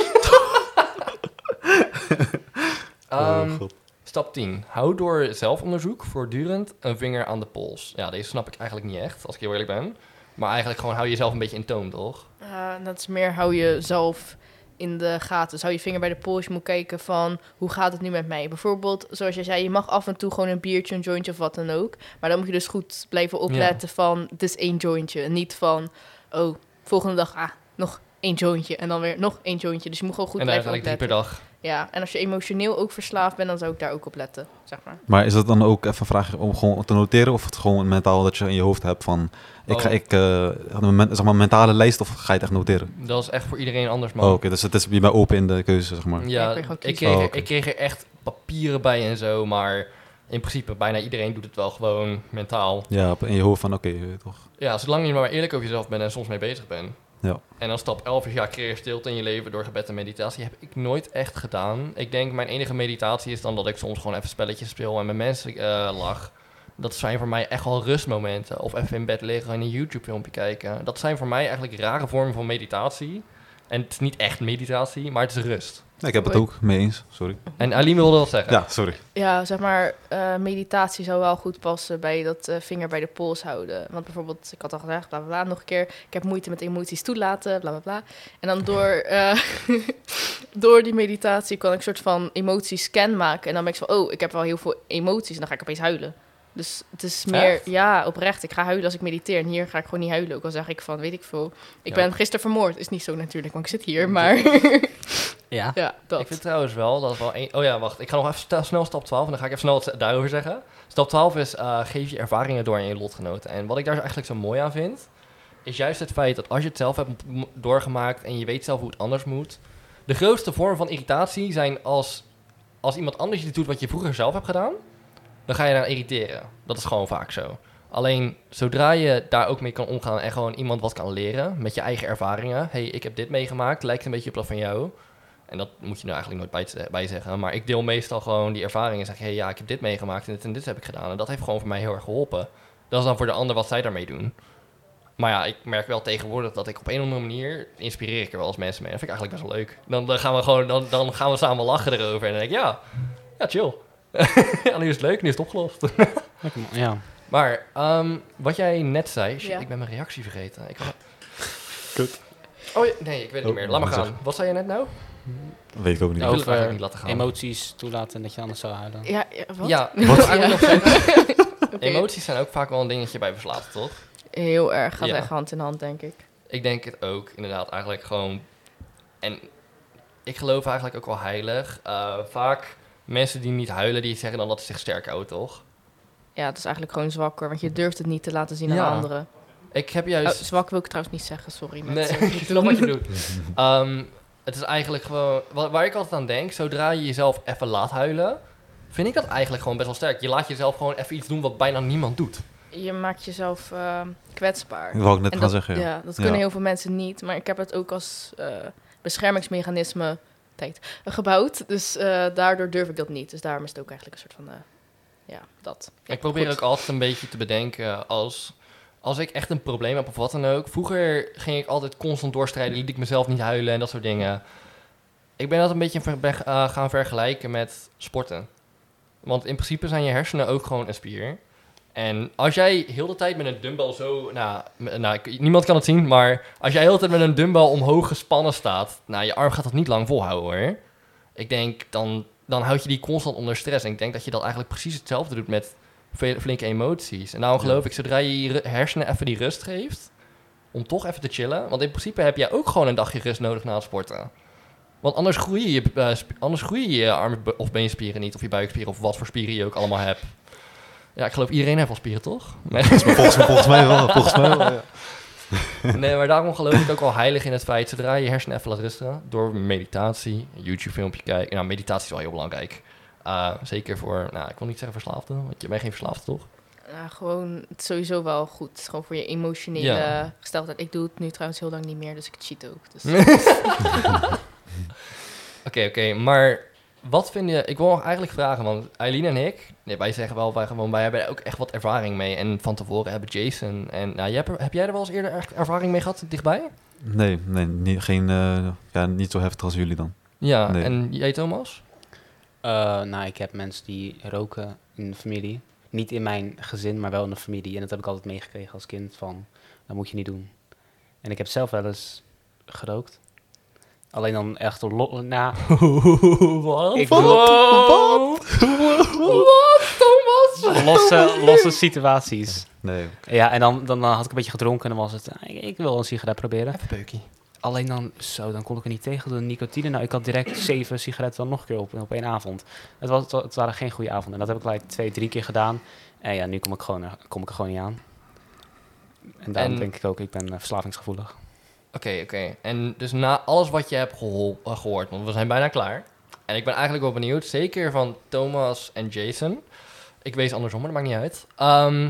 um, Oh, God. Stap tien. Hou door zelfonderzoek voortdurend een vinger aan de pols. Ja, deze snap ik eigenlijk niet echt, als ik heel eerlijk ben. Maar eigenlijk gewoon hou jezelf een beetje in toom, toch? Uh, dat is meer hou je zelf in de gaten. Dus hou je vinger bij de pols. Je moet kijken van, hoe gaat het nu met mij? Bijvoorbeeld, zoals je zei, je mag af en toe gewoon een biertje, een jointje of wat dan ook. Maar dan moet je dus goed blijven opletten ja. van, het is één jointje. En niet van, oh, volgende dag, ah, nog één jointje. En dan weer nog één jointje. Dus je moet gewoon goed en blijven opletten. En eigenlijk drie per dag. Ja, en als je emotioneel ook verslaafd bent, dan zou ik daar ook op letten, zeg maar. Maar is dat dan ook even een vraag om gewoon te noteren? Of het gewoon mentaal dat je in je hoofd hebt van... Ik oh. ga ik, uh, een zeg maar, mentale lijst of ga je het echt noteren? Dat is echt voor iedereen anders, man. Oh, Oké, okay. Dus het is je bent open in de keuze, zeg maar. Ja, ja ik, ik, kreeg, oh, okay. ik kreeg er echt papieren bij en zo, maar in principe bijna iedereen doet het wel gewoon mentaal. Ja, in je hoofd van oké, okay, toch? Ja, zolang je maar eerlijk over jezelf bent en soms mee bezig bent. Ja. En dan stap elf is, ja, creëer stilte in je leven door gebed en meditatie. Heb ik nooit echt gedaan. Ik denk, mijn enige meditatie is dan dat ik soms gewoon even spelletjes speel en met mensen uh, lach. Dat zijn voor mij echt wel rustmomenten. Of even in bed liggen en een YouTube-filmpje kijken. Dat zijn voor mij eigenlijk rare vormen van meditatie. En het is niet echt meditatie, maar het is rust. Ja, ik heb het ook mee eens, sorry. En Aline wilde wat zeggen. Ja, sorry. Ja, zeg maar, uh, meditatie zou wel goed passen bij dat uh, vinger bij de pols houden. Want bijvoorbeeld, ik had al gezegd, bla bla bla, nog een keer. Ik heb moeite met emoties toelaten, bla bla bla. En dan door, uh, door die meditatie kan ik een soort van emotiescan maken. En dan ben ik zo, oh, ik heb wel heel veel emoties. En dan ga ik opeens huilen. Dus het is meer, Echt? ja, oprecht. Ik ga huilen als ik mediteer. En hier ga ik gewoon niet huilen. Ook al zeg ik van, weet ik veel. Ik ja. ben gisteren vermoord. Is niet zo natuurlijk, want ik zit hier. Maar ja, ja, dat. Ik vind trouwens wel dat wel een... Oh ja, wacht. Ik ga nog even st- snel stap twaalf. En dan ga ik even snel wat daarover zeggen. Stap twaalf is, uh, geef je ervaringen door aan je lotgenoten. En wat ik daar eigenlijk zo mooi aan vind, is juist het feit dat als je het zelf hebt doorgemaakt en je weet zelf hoe het anders moet. De grootste vorm van irritatie zijn als, als iemand anders iets doet wat je vroeger zelf hebt gedaan. Dan ga je dan irriteren. Dat is gewoon vaak zo. Alleen, zodra je daar ook mee kan omgaan en gewoon iemand wat kan leren met je eigen ervaringen. Hey, ik heb dit meegemaakt, lijkt een beetje op dat van jou. En dat moet je nou eigenlijk nooit bij, bij zeggen. Maar ik deel meestal gewoon die ervaringen en zeg, hey, ja, ik heb dit meegemaakt en dit en dit heb ik gedaan. En dat heeft gewoon voor mij heel erg geholpen. Dat is dan voor de ander wat zij daarmee doen. Maar ja, ik merk wel tegenwoordig dat ik op een of andere manier inspireer ik er wel eens mensen mee. Dat vind ik eigenlijk best wel leuk. Dan, dan gaan we gewoon, dan, dan gaan we samen lachen erover. En dan denk ik, ja, ja, chill. Ja, nu is het leuk, nu is het opgelost. ja. Maar, um, wat jij net zei... Shit, Ja. ik ben mijn reactie vergeten. Ik had... Kut. Oh, ja, nee, ik weet het niet Oh, meer. Laat maar zeg. gaan. Wat zei je net nou? Weet ik ook niet. Ik wil het Over eigenlijk niet laten gaan. emoties toelaten en dat je anders zou huilen. Ja, ja, wat? Ja, Wat? wat eigenlijk nog zeggen. Oké. Emoties zijn ook vaak wel een dingetje bij verslaafd, toch? Heel erg. Gaat Ja. echt hand in hand, denk ik. Ik denk het ook, inderdaad. Eigenlijk gewoon... En ik geloof eigenlijk ook wel heilig. Uh, vaak mensen die niet huilen, die zeggen dan dat ze zich sterk houden, toch? Ja, het is eigenlijk gewoon zwakker, want je durft het niet te laten zien Ja. aan anderen. Ik heb Oh, juist... zwak wil ik trouwens niet zeggen, sorry. Nee, mensen. ik snap wat je doet. Um, het is eigenlijk gewoon... Waar, waar ik altijd aan denk, zodra je jezelf even laat huilen... vind ik dat eigenlijk gewoon best wel sterk. Je laat jezelf gewoon even iets doen wat bijna niemand doet. Je maakt jezelf uh, kwetsbaar. Dat wou ik net En gaan dat, zeggen, ja. ja, dat kunnen Ja. heel veel mensen niet. Maar ik heb het ook als uh, beschermingsmechanisme tijd, uh, gebouwd. Dus uh, daardoor durf ik dat niet. Dus daarom is het ook eigenlijk een soort van... Uh, ja, dat. Ja, Ik probeer goed. ook altijd een beetje te bedenken als... Als ik echt een probleem heb of wat dan ook... Vroeger ging ik altijd constant doorstrijden... liet ik mezelf niet huilen en dat soort dingen. Ik ben dat een beetje ver, uh, gaan vergelijken met sporten. Want in principe zijn je hersenen ook gewoon een spier. En als jij heel de tijd met een dumbbell zo... Nou, m- nou ik- niemand kan het zien, maar... Als jij heel de tijd met een dumbbell omhoog gespannen staat... Nou, je arm gaat dat niet lang volhouden, hoor. Ik denk, dan, dan houd je die constant onder stress. En ik denk dat je dat eigenlijk precies hetzelfde doet met... Veel, flinke emoties. En daarom geloof Ja. ik, zodra je je ru- hersenen even die rust geeft... om toch even te chillen... want in principe heb jij ook gewoon een dagje rust nodig na het sporten. Want anders groeien je, uh, sp- anders groeien je arm- of beenspieren niet... of je buikspieren of wat voor spieren je ook allemaal hebt. Ja, ik geloof iedereen heeft wel spieren, toch? Nee, Volgens, volgens mij wel, volgens mij wel, ja. nee, maar daarom geloof ik ook wel heilig in het feit... zodra je je hersenen even laat rusten... door meditatie, een YouTube-filmpje kijken... Nou, meditatie is wel heel belangrijk... Uh, zeker voor, nou, ik wil niet zeggen verslaafden, want je bent geen verslaafde, toch? Nou, gewoon, het is sowieso wel goed. Het is gewoon voor je emotionele Ja. gesteldheid. Ik doe het nu trouwens heel lang niet meer, dus ik cheat ook. Dus. Oké, oké, maar wat vind je... Ik wil nog eigenlijk vragen, want Eileen en ik... Nee, wij zeggen wel, wij, gewoon, wij hebben er ook echt wat ervaring mee. En van tevoren hebben Jason en... Nou, jij hebt er- heb jij er wel eens eerder echt ervaring mee gehad, dichtbij? Nee, nee niet, geen, eh, ja, niet zo heftig als jullie dan. Ja, Nee. en jij Thomas? Uh, nou, ik heb mensen die roken in de familie. Niet in mijn gezin, maar wel in de familie. En dat heb ik altijd meegekregen als kind van, dat moet je niet doen. En ik heb zelf wel eens gerookt. Alleen dan echt op lo- na. Wat? Ik Wat? bedoel- Wat, Thomas? losse, losse situaties. Nee, Ja, en dan, dan had ik een beetje gedronken en dan was het, eh, ik, ik wil een sigaret proberen. Even peukie. Alleen dan, zo, dan kon ik er niet tegen, de nicotine. Nou, ik had direct zeven sigaretten dan nog een keer op, op één avond. Het, was, het waren geen goede avonden. En dat heb ik gelijk twee, drie keer gedaan. En ja, nu kom ik, gewoon, er- kom ik er gewoon niet aan. En daarom En- denk ik ook, ik ben eh, verslavingsgevoelig. Oké, oké. En dus na alles wat je hebt gehol- eh, gehoord, want we zijn bijna klaar. En ik ben eigenlijk wel benieuwd, zeker van Thomas en Jason. Ik wees andersom, maar dat maakt niet uit. Ehm,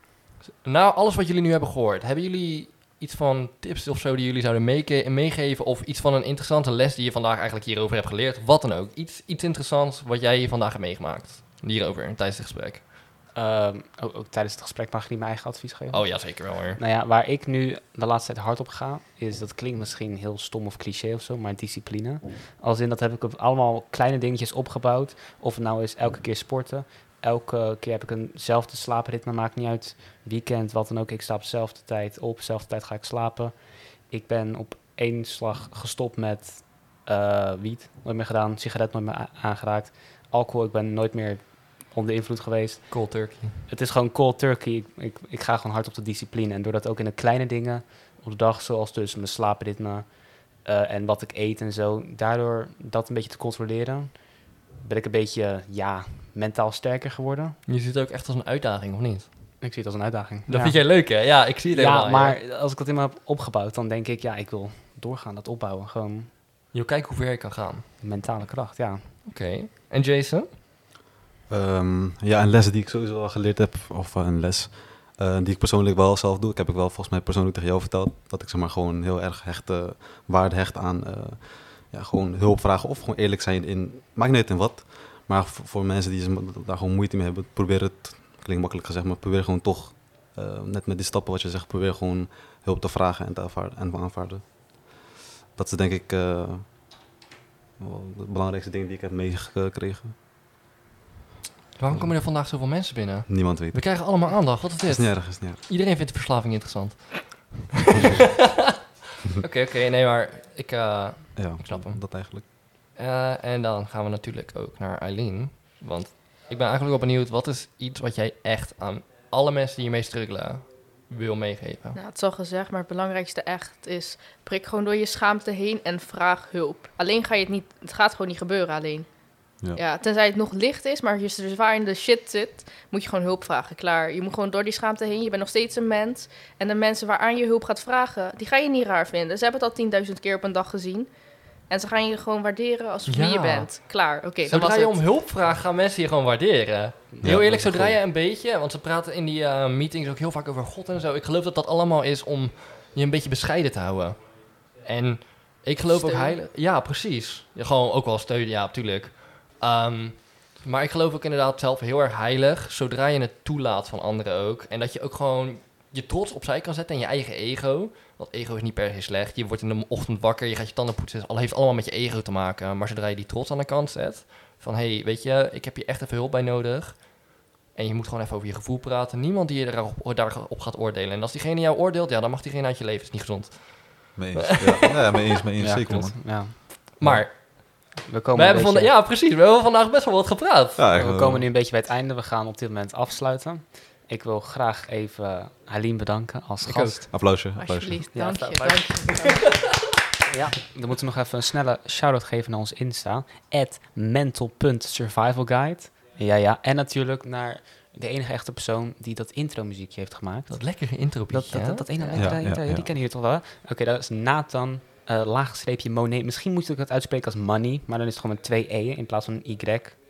na alles wat jullie nu hebben gehoord, hebben jullie iets van tips of zo die jullie zouden meeke- meegeven? Of iets van een interessante les die je vandaag eigenlijk hierover hebt geleerd? Wat dan ook. Iets, iets interessants wat jij hier vandaag hebt meegemaakt hierover tijdens het gesprek. Ehm, ook, ook tijdens het gesprek mag ik niet mijn eigen advies geven. Oh ja, zeker wel hoor. Nou ja, waar ik nu de laatste tijd hard op ga, is, dat klinkt misschien heel stom of cliché of zo, maar discipline. Als in, dat heb ik op allemaal kleine dingetjes opgebouwd. Of het nou is elke keer sporten. Elke keer heb ik eenzelfde slaapritme, maakt niet uit. Weekend, wat dan ook. Ik sta op dezelfde tijd op, dezelfde tijd ga ik slapen. Ik ben op één slag gestopt met eh, wiet. Nooit meer gedaan. Sigaret nooit meer a- aangeraakt. Alcohol, ik ben nooit meer onder invloed geweest. Cold turkey. Het is gewoon cold turkey. Ik, ik, ik ga gewoon hard op de discipline. En doordat ook in de kleine dingen op de dag, zoals dus mijn slaapritme eh, en wat ik eet en zo, daardoor dat een beetje te controleren, ben ik een beetje, ja, mentaal sterker geworden. Je ziet het ook echt als een uitdaging, of niet? Ik zie het als een uitdaging. Dat ja. vind jij leuk, hè? Ja, ik zie het Ja, helemaal. maar als ik dat in me heb opgebouwd, dan denk ik, ja, ik wil doorgaan, dat opbouwen. Gewoon Je kijkt hoe ver je kan gaan. mentale kracht, ja. Oké. En Jason? Ehm, ja, een les die ik sowieso al geleerd heb, of uh, een les uh, die ik persoonlijk wel zelf doe. Ik heb ik wel volgens mij persoonlijk tegen jou verteld, dat ik zeg maar gewoon heel erg hecht, uh, waarde hecht aan uh, ja, gewoon hulp vragen of gewoon eerlijk zijn in, maakt niet uit in wat. Maar voor, voor mensen die daar gewoon moeite mee hebben, probeer het, klinkt makkelijk gezegd, maar probeer gewoon toch, uh, net met die stappen wat je zegt, probeer gewoon hulp te vragen en te aanvaarden. En te aanvaarden. Dat is denk ik uh, wel de belangrijkste dingen die ik heb meegekregen. Waarom komen er vandaag zoveel mensen binnen? Niemand weet. We krijgen allemaal aandacht. Wat is Is dit? niet erg, is niet erg. Iedereen vindt de verslaving interessant. Oké, oké. Nee, maar ik, uh, Ja, ik snap hem. dat eigenlijk. Uh, en dan gaan we natuurlijk ook naar Eileen. Want ik ben eigenlijk wel benieuwd, wat is iets wat jij echt aan alle mensen die hiermee struggelen wil meegeven? Nou, het is al gezegd, maar het belangrijkste echt is, prik gewoon door je schaamte heen en vraag hulp. Alleen ga je het niet, het gaat gewoon niet gebeuren alleen. Ja. Ja, tenzij het nog licht is, maar als je er zwaar in de shit zit, moet je gewoon hulp vragen, klaar. Je moet gewoon door die schaamte heen, je bent nog steeds een mens. En de mensen waaraan je hulp gaat vragen, die ga je niet raar vinden. Ze hebben het al tienduizend keer op een dag gezien. En ze gaan je gewoon waarderen als wie Ja. je bent. Klaar, oké, okay, dan Zodra was je het. om hulp vraagt, gaan mensen je gewoon waarderen. Heel dat eerlijk, is zodra goed. je een beetje... Want ze praten in die uh, meetings ook heel vaak over God en zo. Ik geloof dat dat allemaal is om je een beetje bescheiden te houden. En ik geloof ook Steun. heilig... Ja, precies. Ja, gewoon ook wel steun, ja, natuurlijk. Um, maar ik geloof ook inderdaad zelf heel erg heilig. Zodra je het toelaat van anderen ook. En dat je ook gewoon je trots opzij kan zetten en je eigen ego. Want ego is niet per se slecht. Je wordt in de ochtend wakker, je gaat je tanden poetsen. Het heeft allemaal met je ego te maken. Maar zodra je die trots aan de kant zet... Van, hé, hey, weet je, ik heb hier echt even hulp bij nodig. En je moet gewoon even over je gevoel praten. Niemand die je daarop, daarop gaat oordelen. En als diegene jou oordeelt, ja, dan mag diegene uit je leven. Is niet gezond. Mee eens. Ja, ja, mee eens, mee eens. Ja, zeker, klopt. man. Ja. Maar, We komen, we een hebben beetje, vanda- ja, precies. We hebben vandaag best wel wat gepraat. Ja, we eigenlijk komen wel. nu een beetje bij het einde. We gaan op dit moment afsluiten. Ik wil graag even Eileen bedanken als Ik gast. Applausje, applausje. Alsjeblieft, Ja, dank je, fijn. dank je. Ja, dan moeten we nog even een snelle shout-out geven naar ons Insta. at mental dot survival guide. Ja, ja. En natuurlijk naar de enige echte persoon die dat intro muziekje heeft gemaakt. Dat lekkere intro Dat, dat, dat, dat ene Ja. lekkere Ja, ja, intro, ja. die kennen jullie toch wel? hè? Oké, dat is Nathan, uh, laagstreepje Monet. Misschien moet ik het uitspreken als money, maar dan is het gewoon met twee e'en in plaats van een y.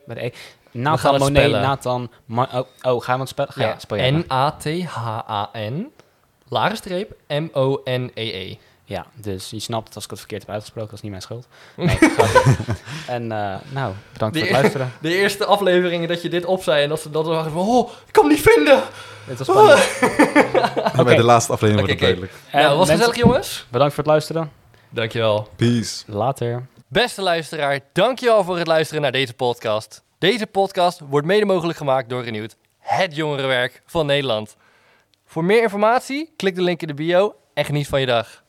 Bij de E. gaan Nathan het Monet, spellen. Nathan... Ma- oh, oh, gaan we het spellen? Ga ja, spel jij maar. N A T H A N, lage streep, M O N E E. Ja, dus je snapt het als ik het verkeerd heb uitgesproken. Dat is niet mijn schuld. Nee, grapje. En uh, nou, bedankt De voor het luisteren. De eerste afleveringen dat je dit opzei en dat ze dat waren van, oh, ik kan hem niet vinden. Dit was spannend. En bij de laatste aflevering Oké, wordt het oké. duidelijk. Nou, En was mensen, gezellig, jongens. Bedankt voor het luisteren. Dankjewel. Peace. Later. Beste luisteraar, dankjewel voor het luisteren naar deze podcast. Deze podcast wordt mede mogelijk gemaakt door Renewed, het jongerenwerk van Nederland. Voor meer informatie, klik de link in de bio en geniet van je dag.